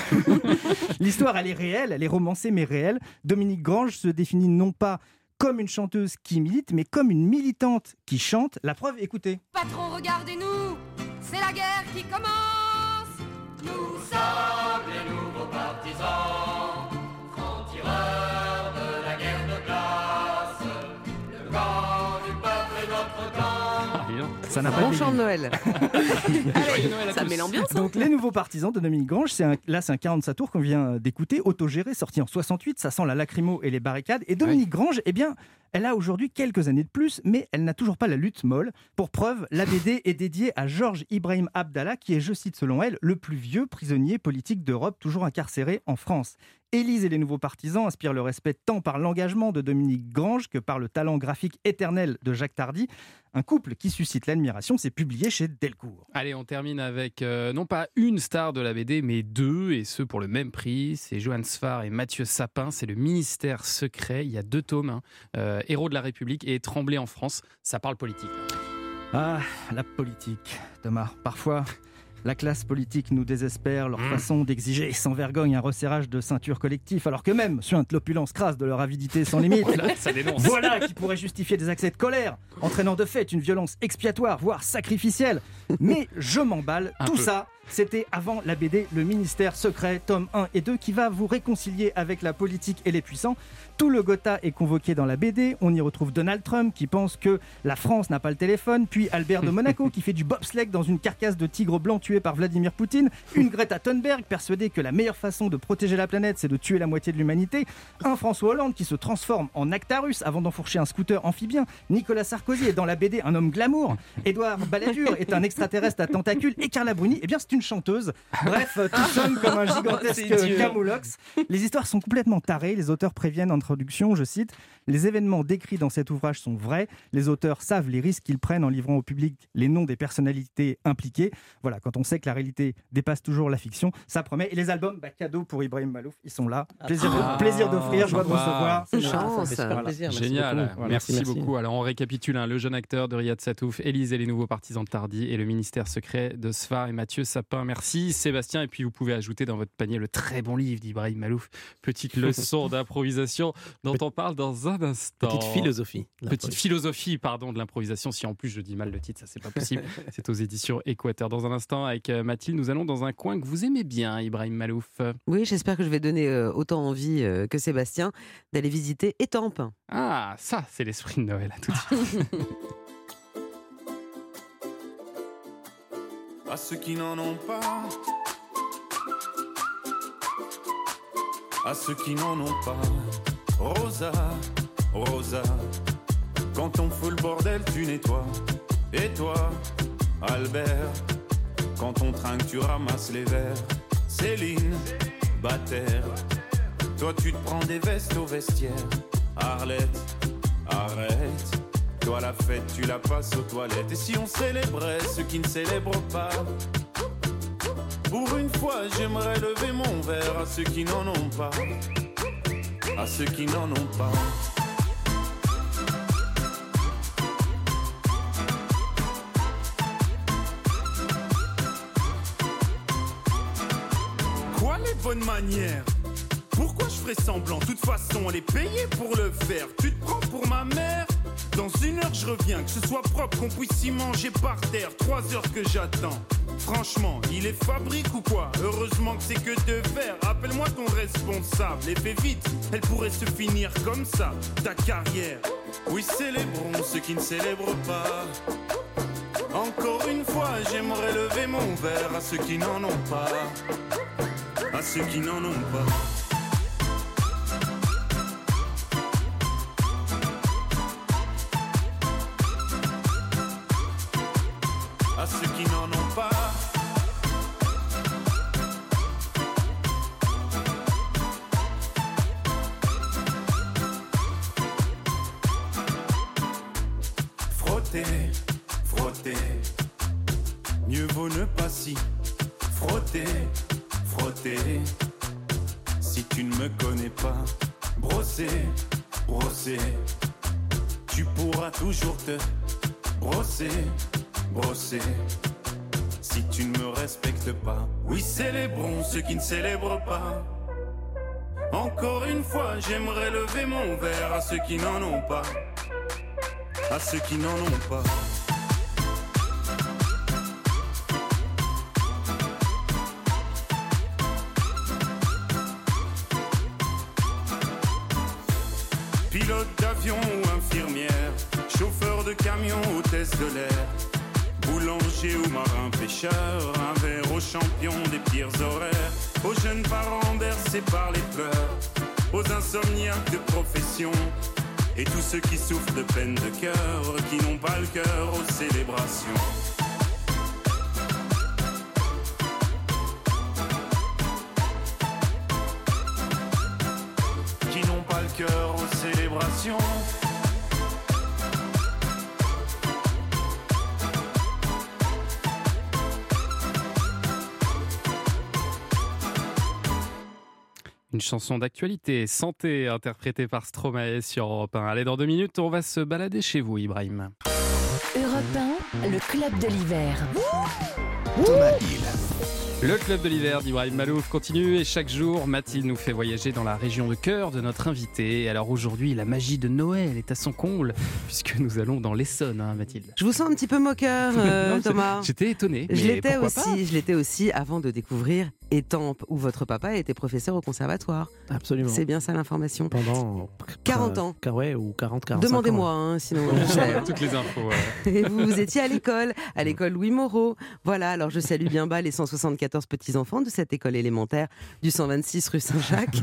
L'histoire, elle est réelle, elle est romancée, mais réelle. Dominique Grange se définit non pas comme une chanteuse qui milite, mais comme une militante qui chante. La preuve, écoutez. Patron, regardez-nous, c'est la guerre qui commence. Nous sommes les nouveaux partisans, francs-tireurs de la guerre de glace. Le camp du peuple est notre camp. Ça n'a pas bon de chant de Noël. Allez, ça met l'ambiance. Hein. Donc les nouveaux partisans de Dominique Grange, c'est un, là c'est un quarante de sa tour qu'on vient d'écouter, autogéré, sorti en soixante-huit, ça sent la lacrymo et les barricades. Et Dominique ouais. Grange, eh bien, elle a aujourd'hui quelques années de plus, mais elle n'a toujours pas la lutte molle. Pour preuve, la B D est dédiée à Georges Ibrahim Abdallah, qui est, je cite selon elle, le plus vieux prisonnier politique d'Europe, toujours incarcéré en France. Élise et les nouveaux partisans inspirent le respect tant par l'engagement de Dominique Grange que par le talent graphique éternel de Jacques Tardy. Un couple qui suscite l'admiration, c'est publié chez Delcourt. Allez, on termine avec euh, non pas une star de la B D, mais deux, et ce pour le même prix. C'est Johan Sfar et Mathieu Sapin. C'est le Ministère secret. Il y a deux tomes, hein. euh, Héros de la République et Tremblay en France. Ça parle politique. Ah, la politique, Thomas. Parfois... La classe politique nous désespère, leur mmh. façon d'exiger sans vergogne un resserrage de ceinture collectif, alors que même suinte l'opulence crasse de leur avidité sans limite. Ça dénonce. Voilà qui pourrait justifier des accès de colère, entraînant de fait une violence expiatoire, voire sacrificielle. Mais je m'emballe, un tout peu. Ça, c'était avant la B D Le Ministère secret, tome un et deux, qui va vous réconcilier avec la politique et les puissants. Tout le Gotha est convoqué dans la B D. On y retrouve Donald Trump qui pense que la France n'a pas le téléphone, puis Albert de Monaco qui fait du bobsleigh dans une carcasse de tigre blanc tué par Vladimir Poutine, une Greta Thunberg persuadée que la meilleure façon de protéger la planète c'est de tuer la moitié de l'humanité, un François Hollande qui se transforme en Actarus avant d'enfourcher un scooter amphibien, Nicolas Sarkozy est dans la B D un homme glamour, Édouard Balladur est un extraterrestre à tentacules et Carla Bruni, eh bien c'est une une chanteuse. Bref, tout sonne comme un gigantesque camoulox. Les histoires sont complètement tarées. Les auteurs préviennent en introduction, je cite, « Les événements décrits dans cet ouvrage sont vrais. Les auteurs savent les risques qu'ils prennent en livrant au public les noms des personnalités impliquées. » Voilà, quand on sait que la réalité dépasse toujours la fiction, ça promet. Et les albums, bah, cadeau pour Ibrahim Malouf, ils sont là. Plaisir, Ah, de, plaisir d'offrir, joie de recevoir. Une C'est chance. ça fait super plaisir. Merci Génial, beaucoup. merci, Merci, merci. beaucoup. Alors on récapitule, hein, le jeune acteur de Riyad Satouf, Élise et les nouveaux partisans de Tardy et le ministère secret de Sfar et Mathieu Sapin. Merci Sébastien, et puis vous pouvez ajouter dans votre panier le très bon livre d'Ibrahim Malouf, Petite leçon d'improvisation dont on parle dans un instant. Petite philosophie. Petite philosophie, pardon, de l'improvisation. Si en plus je dis mal le titre, ça c'est pas possible. C'est aux éditions Équateur. Dans un instant, avec euh, Mathilde, nous allons dans un coin que vous aimez bien, Ibrahim Malouf. Oui, j'espère que je vais donner euh, autant envie euh, que Sébastien d'aller visiter Étampes. Ah, ça, c'est l'esprit de Noël. À tout de suite. À ceux qui n'en ont pas, à ceux qui n'en ont pas, Rosa, Rosa, quand on fout le bordel, tu nettoies. Et toi, Albert, quand on trinque, tu ramasses les verres. Céline, Bataire, toi tu te prends des vestes au vestiaire. Arlette, arrête, toi la fête tu la passes aux toilettes. Et si on célébrait ceux qui ne célèbrent pas, pour une fois j'aimerais lever mon verre à ceux qui n'en ont pas, à ceux qui n'en ont pas. Quoi les bonnes manières? Pourquoi je ferais semblant? De toute façon, elle est payée pour le faire. Tu te prends pour ma mère? Dans une heure, je reviens. Que ce soit propre, qu'on puisse y manger par terre. Trois heures que j'attends. Franchement, il est fabrique ou quoi? Heureusement que c'est que de verre. Appelle-moi ton responsable. Et fais vite, elle pourrait se finir comme ça, ta carrière. Oui, célébrons ceux qui ne célèbrent pas. Encore une fois, j'aimerais lever mon verre à ceux qui n'en ont pas. À ceux qui n'en ont pas. À ceux qui n'en ont pas. Frotter, frotter, mieux vaut ne pas si frotter, frotter. Si tu ne me connais pas, brosser, brosser, tu pourras toujours te brosser, brosser. Si tu ne me respectes pas, oui, célébrons ceux qui ne célèbrent pas. Encore une fois, j'aimerais lever mon verre à ceux qui n'en ont pas, à ceux qui n'en ont pas. Pilote d'avion ou infirmière, chauffeur de camion, hôtesse de l'air, boulanger ou marin pêcheur, un verre aux champions des pires horaires, aux jeunes parents bercés par les pleurs, aux insomniaques de profession, et tous ceux qui souffrent de peine de cœur, qui n'ont pas le cœur aux célébrations. Qui n'ont pas le cœur aux célébrations. Une chanson d'actualité, Santé, interprétée par Stromae sur Europe un. Allez, dans deux minutes, on va se balader chez vous, Ibrahim. Europe un, le club de l'hiver. Thomas Hill. Le club de l'hiver d'Ibrahim Malouf continue et chaque jour, Mathilde nous fait voyager dans la région de cœur de notre invité. Alors aujourd'hui, la magie de Noël est à son comble puisque nous allons dans l'Essonne, hein, Mathilde. Je vous sens un petit peu moqueur, euh, Non, Thomas. J'étais étonné. Je mais l'étais pourquoi aussi, je l'étais aussi avant de découvrir Étampes où votre papa était professeur au conservatoire. Absolument. C'est bien ça l'information. Pendant quarante ans. Euh, ouais, ou quarante, quarante-cinq Demandez-moi, ans. hein, sinon je sais. Toutes les infos. Ouais. Et vous, vous étiez à l'école, à l'école Louis Moreau. Voilà, alors je salue bien bas les cent soixante-quatorze petits-enfants de cette école élémentaire du cent vingt-six rue Saint-Jacques,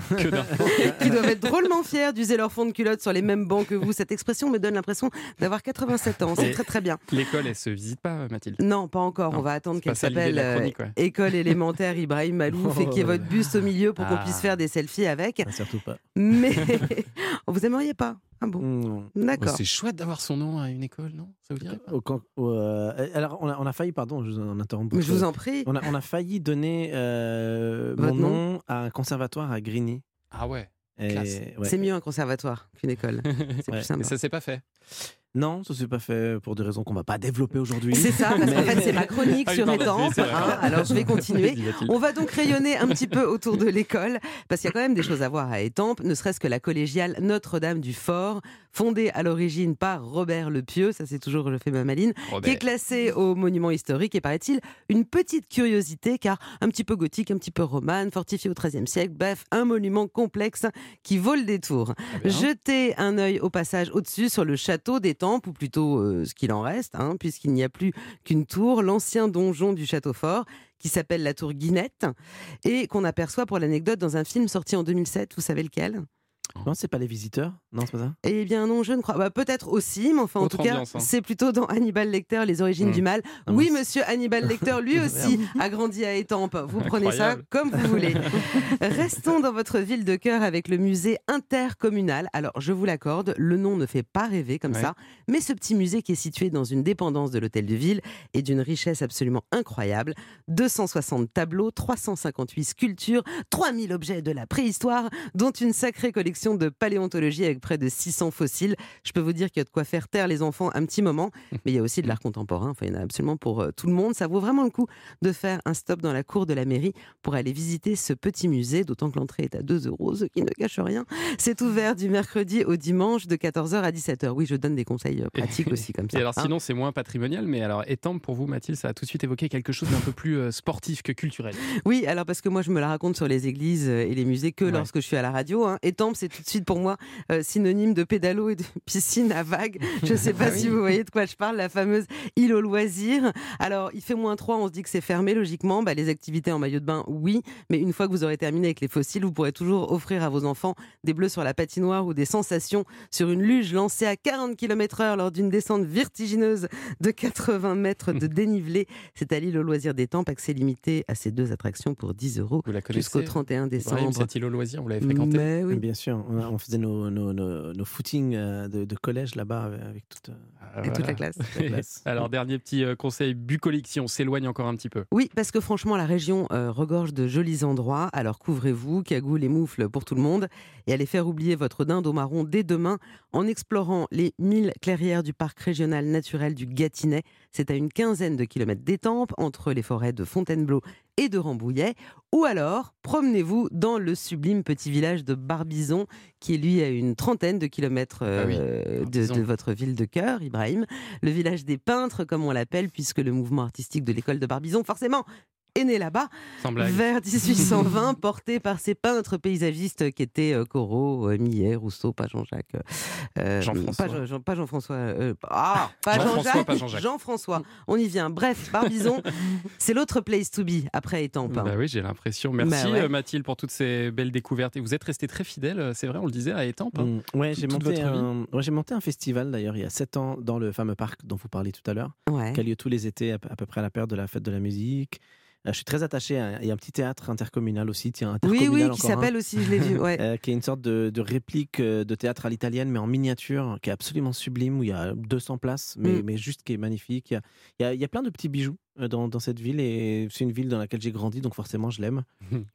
qui doivent être drôlement fiers d'user leur fond de culotte sur les mêmes bancs que vous. Cette expression me donne l'impression d'avoir quatre-vingt-sept ans. C'est Et très très bien. L'école, elle se visite pas, Mathilde? Non, pas encore. Non, On va attendre c'est pas qu'elle ça l'idée de s'appelle la chronique, euh, ouais. École élémentaire Ibrahim Malouf et qu'il y ait votre buste au milieu pour qu'on Ah. puisse faire des selfies avec. Ah, surtout pas. Mais vous aimeriez pas? Ah bon? Non. D'accord. C'est chouette d'avoir son nom à une école, non? Ça vous dirait pas? Au camp- au, euh, alors, on a, on a failli, pardon, je vous en interromps. Mais je vous en prie. On a, on a failli donner euh, Votre mon nom nom à un conservatoire à Grigny. Ah ouais. Et- Classe. ouais. C'est mieux un conservatoire qu'une école. C'est Ouais. plus simple. Mais ça s'est pas fait. Non, ça s'est pas fait pour des raisons qu'on va pas développer aujourd'hui. C'est ça, parce qu'en Mais- fait, c'est ma chronique Ah oui, sur pardon, Étampes. oui, c'est vrai. hein. Alors, je vais continuer. Vas-y, Mathilde. On va donc rayonner un petit peu autour de l'école, parce qu'il y a quand même des choses à voir à Étampes, ne serait-ce que la collégiale Notre-Dame du Fort, fondée à l'origine par Robert le Pieux, ça c'est toujours, je fais ma maline, Robert. qui est classée au monument historique et paraît-il une petite curiosité, car un petit peu gothique, un petit peu romane, fortifié au treizième siècle, bref, un monument complexe qui vaut le détour. bien. Jetez un œil au passage au-dessus sur le château d'Étampes, ou plutôt euh, ce qu'il en reste, hein, puisqu'il n'y a plus qu'une tour, l'ancien donjon du château fort, qui s'appelle la tour Guinette, et qu'on aperçoit pour l'anecdote dans un film sorti en deux mille sept, vous savez lequel? Non, c'est pas les visiteurs. Non, c'est pas ça. Eh bien non, je ne crois pas. Bah, peut-être aussi, mais enfin en Autre tout cas, ambiance, hein. c'est plutôt dans Hannibal Lecter, Les origines Mmh. du mal. Ah, oui, mince. monsieur Hannibal Lecter, lui aussi, a grandi à Étampes. Vous prenez ça Incroyable. comme vous voulez. Restons dans votre ville de cœur avec le musée intercommunal. Alors, je vous l'accorde, le nom ne fait pas rêver comme Ouais. ça, mais ce petit musée qui est situé dans une dépendance de l'hôtel de ville est d'une richesse absolument incroyable. deux cent soixante tableaux, trois cent cinquante-huit sculptures, trois mille objets de la préhistoire, dont une sacrée collection de paléontologie avec près de six cents fossiles. Je peux vous dire qu'il y a de quoi faire taire les enfants un petit moment, mais il y a aussi de l'art contemporain. Enfin, il y en a absolument pour euh, tout le monde. Ça vaut vraiment le coup de faire un stop dans la cour de la mairie pour aller visiter ce petit musée, d'autant que l'entrée est à deux euros, ce qui ne cache rien. C'est ouvert du mercredi au dimanche de quatorze heures à dix-sept heures. Oui, je donne des conseils euh, pratiques aussi comme ça. Et alors hein. sinon, c'est moins patrimonial, mais alors Étampes, pour vous, Mathilde, ça a tout de suite évoqué quelque chose d'un peu plus euh, sportif que culturel. Oui, alors parce que moi je me la raconte sur les églises euh, et les musées que Ouais. lorsque je suis à la radio. Hein. Étampes, c'est tout de suite pour moi euh, synonyme de pédalo et de piscine à vagues. Je ne sais pas Ah si oui. vous voyez de quoi je parle, la fameuse île aux loisirs. Alors, il fait moins trois, on se dit que c'est fermé logiquement. Bah, les activités en maillot de bain, oui, mais une fois que vous aurez terminé avec les fossiles, vous pourrez toujours offrir à vos enfants des bleus sur la patinoire ou des sensations sur une luge lancée à quarante kilomètres heure lors d'une descente vertigineuse de quatre-vingts mètres de dénivelé. C'est à l'île aux loisirs d'Étampes, accès limité à ces deux attractions pour dix euros Vous la connaissez, jusqu'au trente et un décembre. Ibrahim, cette île au loisir, vous l'avez fréquentée? Mais oui. Bien sûr, on, a- on faisait nos, nos, nos, nos footings euh, de, de collège là-bas avec, avec toute, euh, Ah, Et toute la voilà. classe. la classe. Alors, dernier petit euh, conseil bucolique, si on s'éloigne encore un petit peu. Oui, parce que franchement, la région euh, regorge de jolis endroits. Alors couvrez-vous, cagoule et moufles pour tout le monde. Et allez faire oublier votre dinde au marron dès demain en explorant les mille clairières du parc régional naturel du Gâtinais. C'est à une quinzaine de kilomètres d'Étampes, entre les forêts de Fontainebleau et de Rambouillet. Ou alors, promenez-vous dans le sublime petit village de Barbizon, qui est lui à une trentaine de kilomètres euh, Ah oui, de, Barbizon. de votre ville de cœur, Ibrahim. Le village des peintres, comme on l'appelle, puisque le mouvement artistique de l'école de Barbizon, forcément, est né là-bas, Sans blague. vers dix-huit cent vingt, porté par ces peintres paysagistes qui étaient euh, Corot, euh, Millet, Rousseau, pas Jean-Jacques. euh, Jean-François. Pas, Jean- pas Jean-François. euh, ah, pas Jean-François, Jean-Jacques. pas Jean-Jacques. Jean-François. On y vient. Bref, Barbizon, c'est l'autre place to be après Étampes. Bah oui, j'ai l'impression. Merci Bah ouais. euh, Mathilde pour toutes ces belles découvertes. Et vous êtes resté très fidèle, euh, c'est vrai, on le disait, à Étampes. hein. Mm, ouais, Toute- j'ai toute monté, votre vie. un, ouais, j'ai monté un festival d'ailleurs il y a sept ans dans le fameux parc dont vous parliez tout à l'heure, Ouais. qui a lieu tous les étés à, peu- à peu près à la période de la fête de la musique. Euh, je suis très attaché à, il y a un petit théâtre intercommunal aussi, tiens, Oui, intercommunal oui, qui encore un. s'appelle aussi, je l'ai vu. Ouais. Euh, qui est une sorte de, de réplique euh, de théâtre à l'italienne, mais en miniature, qui est absolument sublime, où il y a deux cents places, mais, Mm. mais juste qui est magnifique. Il y a, il y a, il y a plein de petits bijoux euh, dans, dans cette ville, et c'est une ville dans laquelle j'ai grandi, donc forcément je l'aime.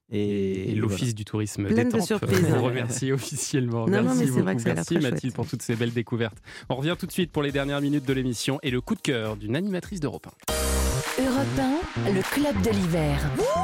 Et, Et l'Office du tourisme Pleine de d'Étampes surprises. vous remercie officiellement. Non, non, Merci mais c'est beaucoup. vrai que ça a l'air Merci très Mathilde chouette. pour toutes ces belles découvertes. On revient tout de suite pour les dernières minutes de l'émission et le coup de cœur d'une animatrice d'Europe un. Europe un, le club de l'hiver.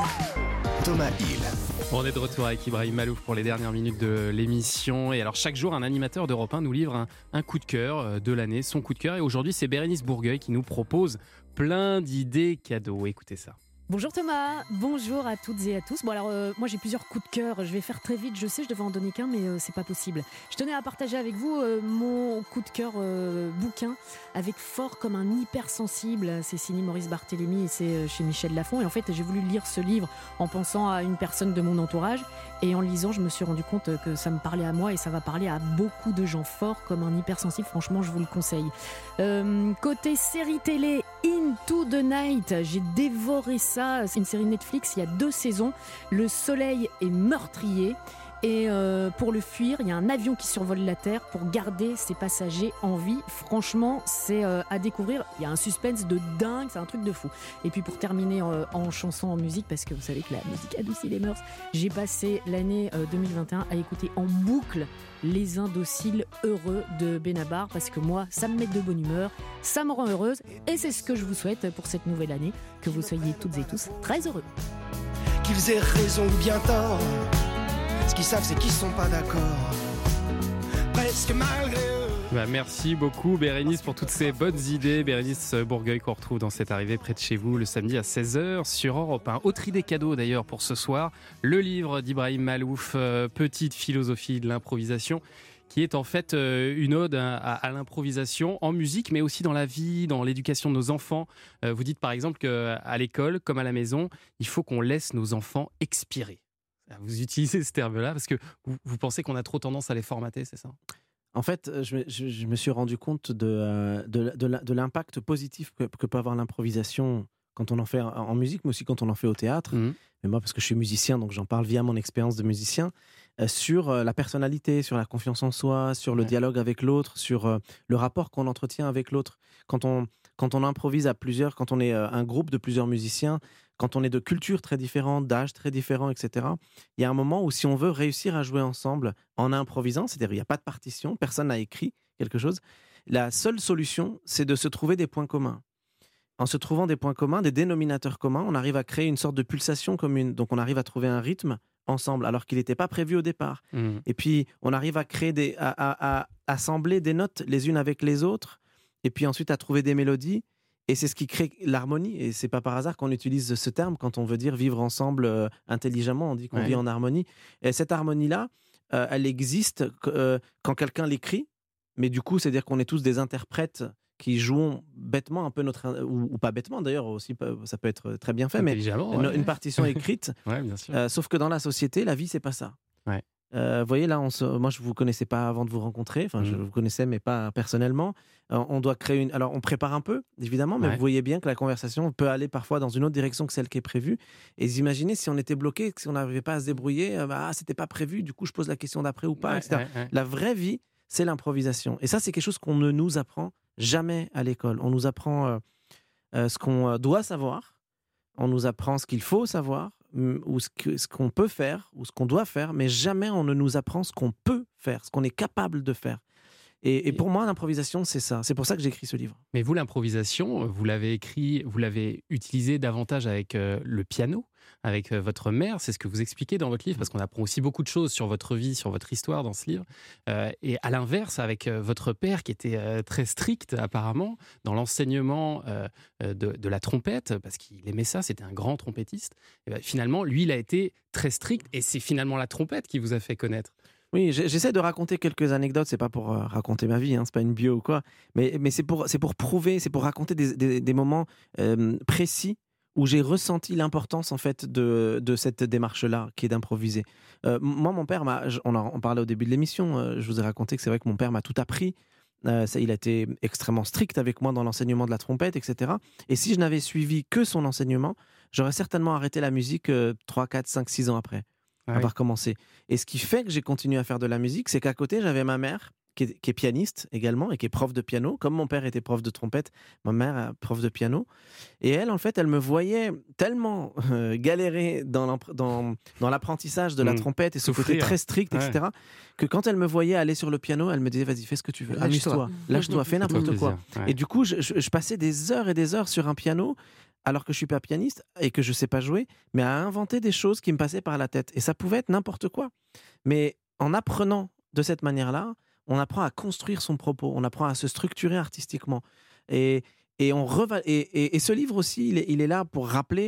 Thomas Hill. On est de retour avec Ibrahim Malouf pour les dernières minutes de l'émission. Et alors chaque jour, un animateur d'Europe un nous livre un, un coup de cœur euh, de l'année, son coup de cœur. Et aujourd'hui, c'est Bérénice Bourgueil qui nous propose plein d'idées cadeaux. Écoutez ça. Bonjour Thomas, bonjour à toutes et à tous. Bon alors euh, moi j'ai plusieurs coups de cœur, je vais faire très vite, je sais je devais en donner qu'un mais euh, c'est pas possible. Je tenais à partager avec vous euh, mon coup de cœur euh, bouquin avec Fort comme un hypersensible, c'est signé Maurice Barthélémy et c'est euh, chez Michel Lafon et en fait j'ai voulu lire ce livre en pensant à une personne de mon entourage et en le lisant je me suis rendu compte que ça me parlait à moi et ça va parler à beaucoup de gens. Fort comme un hypersensible, franchement je vous le conseille. Euh, côté série télé, Into the Night, j'ai dévoré ça. C'est une série Netflix, il y a deux saisons. Le soleil est meurtrier et euh, pour le fuir, il y a un avion qui survole la Terre pour garder ses passagers en vie. Franchement, c'est euh, à découvrir. Il y a un suspense de dingue, c'est un truc de fou. Et puis pour terminer euh, en chanson, en musique, parce que vous savez que la musique adoucit les mœurs, j'ai passé l'année euh, deux mille vingt et un à écouter en boucle Les Indociles Heureux de Benabar, parce que moi, ça me met de bonne humeur, ça me rend heureuse, et c'est ce que je vous souhaite pour cette nouvelle année, que vous soyez toutes et tous très heureux. Qu'ils aient raison ou bien tort, ce qu'ils savent c'est qu'ils sont pas d'accord, presque malgré eux. Bah merci beaucoup Bérénice pour toutes ces bonnes idées. Bérénice Bourgueil qu'on retrouve dans cette arrivée près de chez vous le samedi à seize heures sur Europe un. Autre idée cadeau d'ailleurs pour ce soir, le livre d'Ibrahim Malouf, euh, Petite philosophie de l'improvisation, qui est en fait euh, une ode à, à l'improvisation en musique, mais aussi dans la vie, dans l'éducation de nos enfants. Euh, vous dites par exemple qu'à l'école, comme à la maison, il faut qu'on laisse nos enfants expirer. Vous utilisez ce terme-là parce que vous, vous pensez qu'on a trop tendance à les formater, c'est ça ? En fait, je me, je, je me suis rendu compte de, de, de, de l'impact positif que, que peut avoir l'improvisation quand on en fait en musique, mais aussi quand on en fait au théâtre. Mmh. Mais moi, parce que je suis musicien, donc j'en parle via mon expérience de musicien, euh, sur euh, la personnalité, sur la confiance en soi, sur le ouais. dialogue avec l'autre, sur euh, le rapport qu'on entretient avec l'autre. Quand on, quand on improvise à plusieurs, quand on est euh, un groupe de plusieurs musiciens, quand on est de cultures très différentes, d'âges très différents, et cetera, il y a un moment où si on veut réussir à jouer ensemble en improvisant, c'est-à-dire il n'y a pas de partition, personne n'a écrit quelque chose, la seule solution, c'est de se trouver des points communs. En se trouvant des points communs, des dénominateurs communs, on arrive à créer une sorte de pulsation commune. Donc on arrive à trouver un rythme ensemble, alors qu'il n'était pas prévu au départ. Mmh. Et puis on arrive à créer des, à, à, à assembler des notes les unes avec les autres, et puis ensuite à trouver des mélodies. Et c'est ce qui crée l'harmonie. Et c'est pas par hasard qu'on utilise ce terme quand on veut dire vivre ensemble euh, intelligemment. On dit qu'on ouais. vit en harmonie. Et cette harmonie-là, euh, elle existe euh, quand quelqu'un l'écrit. Mais du coup, c'est-à-dire qu'on est tous des interprètes qui jouons bêtement un peu notre... Ou, ou pas bêtement d'ailleurs, aussi, ça peut être très bien fait, mais une, ouais. une partition écrite. ouais, bien sûr. Euh, sauf que dans la société, la vie, c'est pas ça. Ouais. Euh, vous voyez, là, on se... moi, je ne vous connaissais pas avant de vous rencontrer. Enfin, mmh. je vous connaissais, mais pas personnellement. Euh, on doit créer une... Alors, on prépare un peu, évidemment, mais ouais. vous voyez bien que la conversation peut aller parfois dans une autre direction que celle qui est prévue. Et imaginez si on était bloqué, si on n'arrivait pas à se débrouiller, euh, bah, ah, c'était pas prévu, du coup, je pose la question d'après ou pas, ouais, et cetera. Ouais, ouais. La vraie vie, c'est l'improvisation. Et ça, c'est quelque chose qu'on ne nous apprend jamais à l'école. On nous apprend euh, euh, ce qu'on doit savoir, on nous apprend ce qu'il faut savoir, ou ce, que, ce qu'on peut faire, ou ce qu'on doit faire, mais jamais on ne nous apprend ce qu'on peut faire, ce qu'on est capable de faire. Et, et pour moi, l'improvisation, c'est ça. C'est pour ça que j'ai écrit ce livre. Mais vous, l'improvisation, vous l'avez écrit, vous l'avez utilisé davantage avec euh, le piano, avec euh, votre mère. C'est ce que vous expliquez dans votre livre, parce qu'on apprend aussi beaucoup de choses sur votre vie, sur votre histoire dans ce livre. Euh, et à l'inverse, avec euh, votre père, qui était euh, très strict, apparemment, dans l'enseignement euh, de, de la trompette, parce qu'il aimait ça, c'était un grand trompettiste. Et ben, finalement, lui, il a été très strict, et c'est finalement la trompette qui vous a fait connaître. Oui, j'essaie de raconter quelques anecdotes. C'est pas pour euh, raconter ma vie, hein, c'est pas une bio ou quoi, mais, mais c'est pour, c'est pour prouver, c'est pour raconter des, des, des moments euh, précis où j'ai ressenti l'importance en fait de, de cette démarche-là, qui est d'improviser. Euh, moi, mon père m'a, on en parlait au début de l'émission, euh, je vous ai raconté que c'est vrai que mon père m'a tout appris. Euh, ça, il a été extrêmement strict avec moi dans l'enseignement de la trompette, et cetera. Et si je n'avais suivi que son enseignement, j'aurais certainement arrêté la musique euh, trois, quatre, cinq, six ans après. Ah avoir oui. commencé. Et ce qui fait que j'ai continué à faire de la musique, c'est qu'à côté, j'avais ma mère, qui est, qui est pianiste également, et qui est prof de piano. Comme mon père était prof de trompette, ma mère est prof de piano. Et elle, en fait, elle me voyait tellement euh, galérer dans, dans, dans l'apprentissage de la mmh. trompette, et ce Souffrir. côté très strict, ouais. et cetera, que quand elle me voyait aller sur le piano, elle me disait, vas-y, fais ce que tu veux, amuse-toi, lâche-toi, fais n'importe quoi. Ouais. Et du coup, je, je, je passais des heures et des heures sur un piano, alors que je ne suis pas pianiste et que je ne sais pas jouer, mais à inventer des choses qui me passaient par la tête. Et ça pouvait être n'importe quoi. Mais en apprenant de cette manière-là, on apprend à construire son propos, on apprend à se structurer artistiquement. Et, et, on reva- et, et, et ce livre aussi, il est, il est là pour rappeler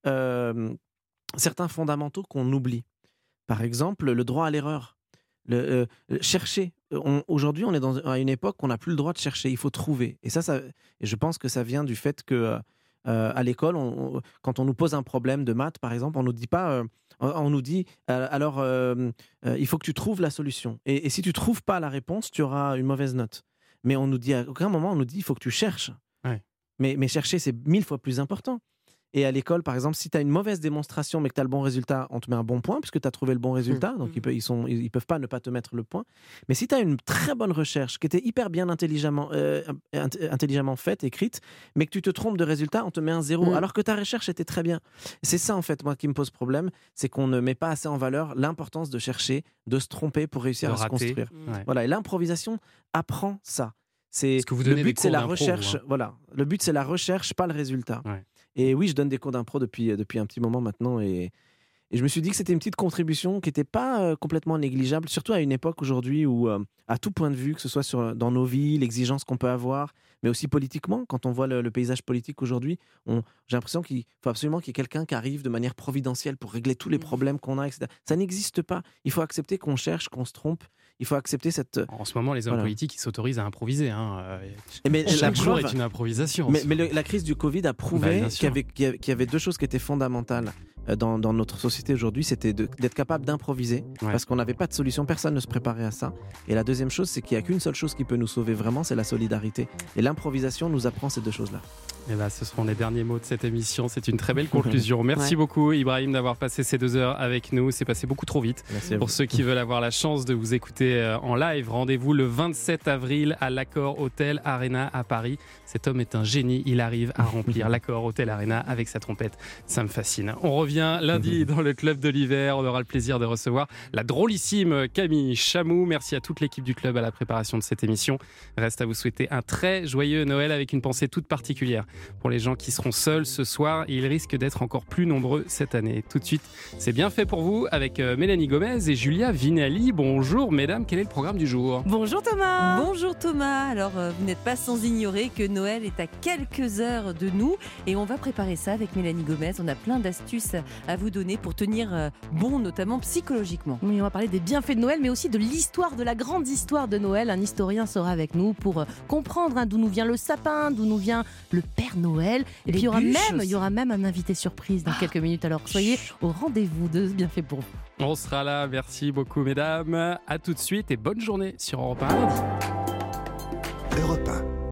euh, certains fondamentaux qu'on oublie. Par exemple, le droit à l'erreur. Le, euh, chercher. On, aujourd'hui, on est dans, à une époque où on n'a plus le droit de chercher. Il faut trouver. Et ça, ça et je pense que ça vient du fait que euh, à l'école, on, on, quand on nous pose un problème de maths, par exemple, on nous dit pas. Euh, on, on nous dit euh, alors euh, euh, il faut que tu trouves la solution. Et, et si tu trouves pas la réponse, tu auras une mauvaise note. Mais on nous dit à aucun moment on nous dit il faut que tu cherches. Ouais. Mais, mais chercher, c'est mille fois plus important. Et à l'école, par exemple, si tu as une mauvaise démonstration mais que tu as le bon résultat, on te met un bon point puisque tu as trouvé le bon résultat. Donc, ils, pe- ils, sont, ils peuvent pas ne pas te mettre le point. Mais si tu as une très bonne recherche qui était hyper bien intelligemment, euh, int- intelligemment faite, écrite, mais que tu te trompes de résultat, on te met un zéro. Mm. Alors que ta recherche était très bien. C'est ça, en fait, moi, qui me pose problème. C'est qu'on ne met pas assez en valeur l'importance de chercher, de se tromper pour réussir De à se rater. construire. Ouais. Voilà. Et l'improvisation apprend ça. C'est, que vous le donnez des but, c'est cours la d'impro, recherche. vous, hein. Voilà. Le but, c'est la recherche, pas le résultat. Ouais. Et oui, je donne des cours d'impro depuis, depuis un petit moment maintenant. Et, et je me suis dit que c'était une petite contribution qui n'était pas euh, complètement négligeable, surtout à une époque aujourd'hui où, euh, à tout point de vue, que ce soit sur, dans nos vies, l'exigence qu'on peut avoir, mais aussi politiquement, quand on voit le, le paysage politique aujourd'hui, on, j'ai l'impression qu'il faut absolument qu'il y ait quelqu'un qui arrive de manière providentielle pour régler tous les problèmes qu'on a, et cetera. Ça n'existe pas. Il faut accepter qu'on cherche, qu'on se trompe. Il faut accepter cette... En ce moment, les hommes Voilà. politiques, ils s'autorisent à improviser. Hein. Euh, Et mais Chaque la jour preuve- est une improvisation. Mais, mais le- la crise du Covid a Bah, prouvé bien qu'il, sûr. y avait, qu'il y avait- qu'il y avait deux choses qui étaient fondamentales euh, dans, dans notre société aujourd'hui. C'était de- d'être capable d'improviser, Ouais. parce qu'on n'avait pas de solution, personne ne se préparait à ça. Et la deuxième chose, c'est qu'il n'y a qu'une seule chose qui peut nous sauver vraiment, c'est la solidarité. Et l'improvisation nous apprend ces deux choses-là. Et bah, ce seront les derniers mots de cette émission. C'est une très belle conclusion. Merci Ouais. beaucoup, Ibrahim, d'avoir passé ces deux heures avec nous. C'est passé beaucoup trop vite. Merci à Pour vous. ceux qui veulent avoir la chance de vous écouter euh, en live, rendez-vous le vingt-sept avril à l'Accor Hotel Arena à Paris. Cet homme est un génie. Il arrive à remplir l'Accor Hotel Arena avec sa trompette. Ça me fascine. On revient lundi dans le Club de l'Hiver. On aura le plaisir de recevoir la drôlissime Camille Chamou. Merci à toute l'équipe du club à la préparation de cette émission. Reste à vous souhaiter un très joyeux Noël avec une pensée toute particulière pour les gens qui seront seuls ce soir. Et ils risquent d'être encore plus nombreux cette année. Tout de suite, c'est bien fait pour vous avec euh, Mélanie Gomez et Julia Vinali. Bonjour mesdames, quel est le programme du jour ? Bonjour Thomas. Bonjour Thomas. Alors euh, vous n'êtes pas sans ignorer que Noël est à quelques heures de nous et on va préparer ça avec Mélanie Gomez. On a plein d'astuces à vous donner pour tenir euh, bon, notamment psychologiquement. Oui, on va parler des bienfaits de Noël, mais aussi de l'histoire, de la grande histoire de Noël. Un historien sera avec nous pour euh, comprendre hein, d'où nous vient le sapin, d'où nous vient le Père Noël. Et Les puis il y aura bûches même, il aussi. y aura même un invité surprise dans quelques minutes. Alors soyez au rendez-vous de Bienfaits pour vous. On sera là. Merci beaucoup mesdames. À tout de suite et bonne journée sur Europe un lundi. Europe un.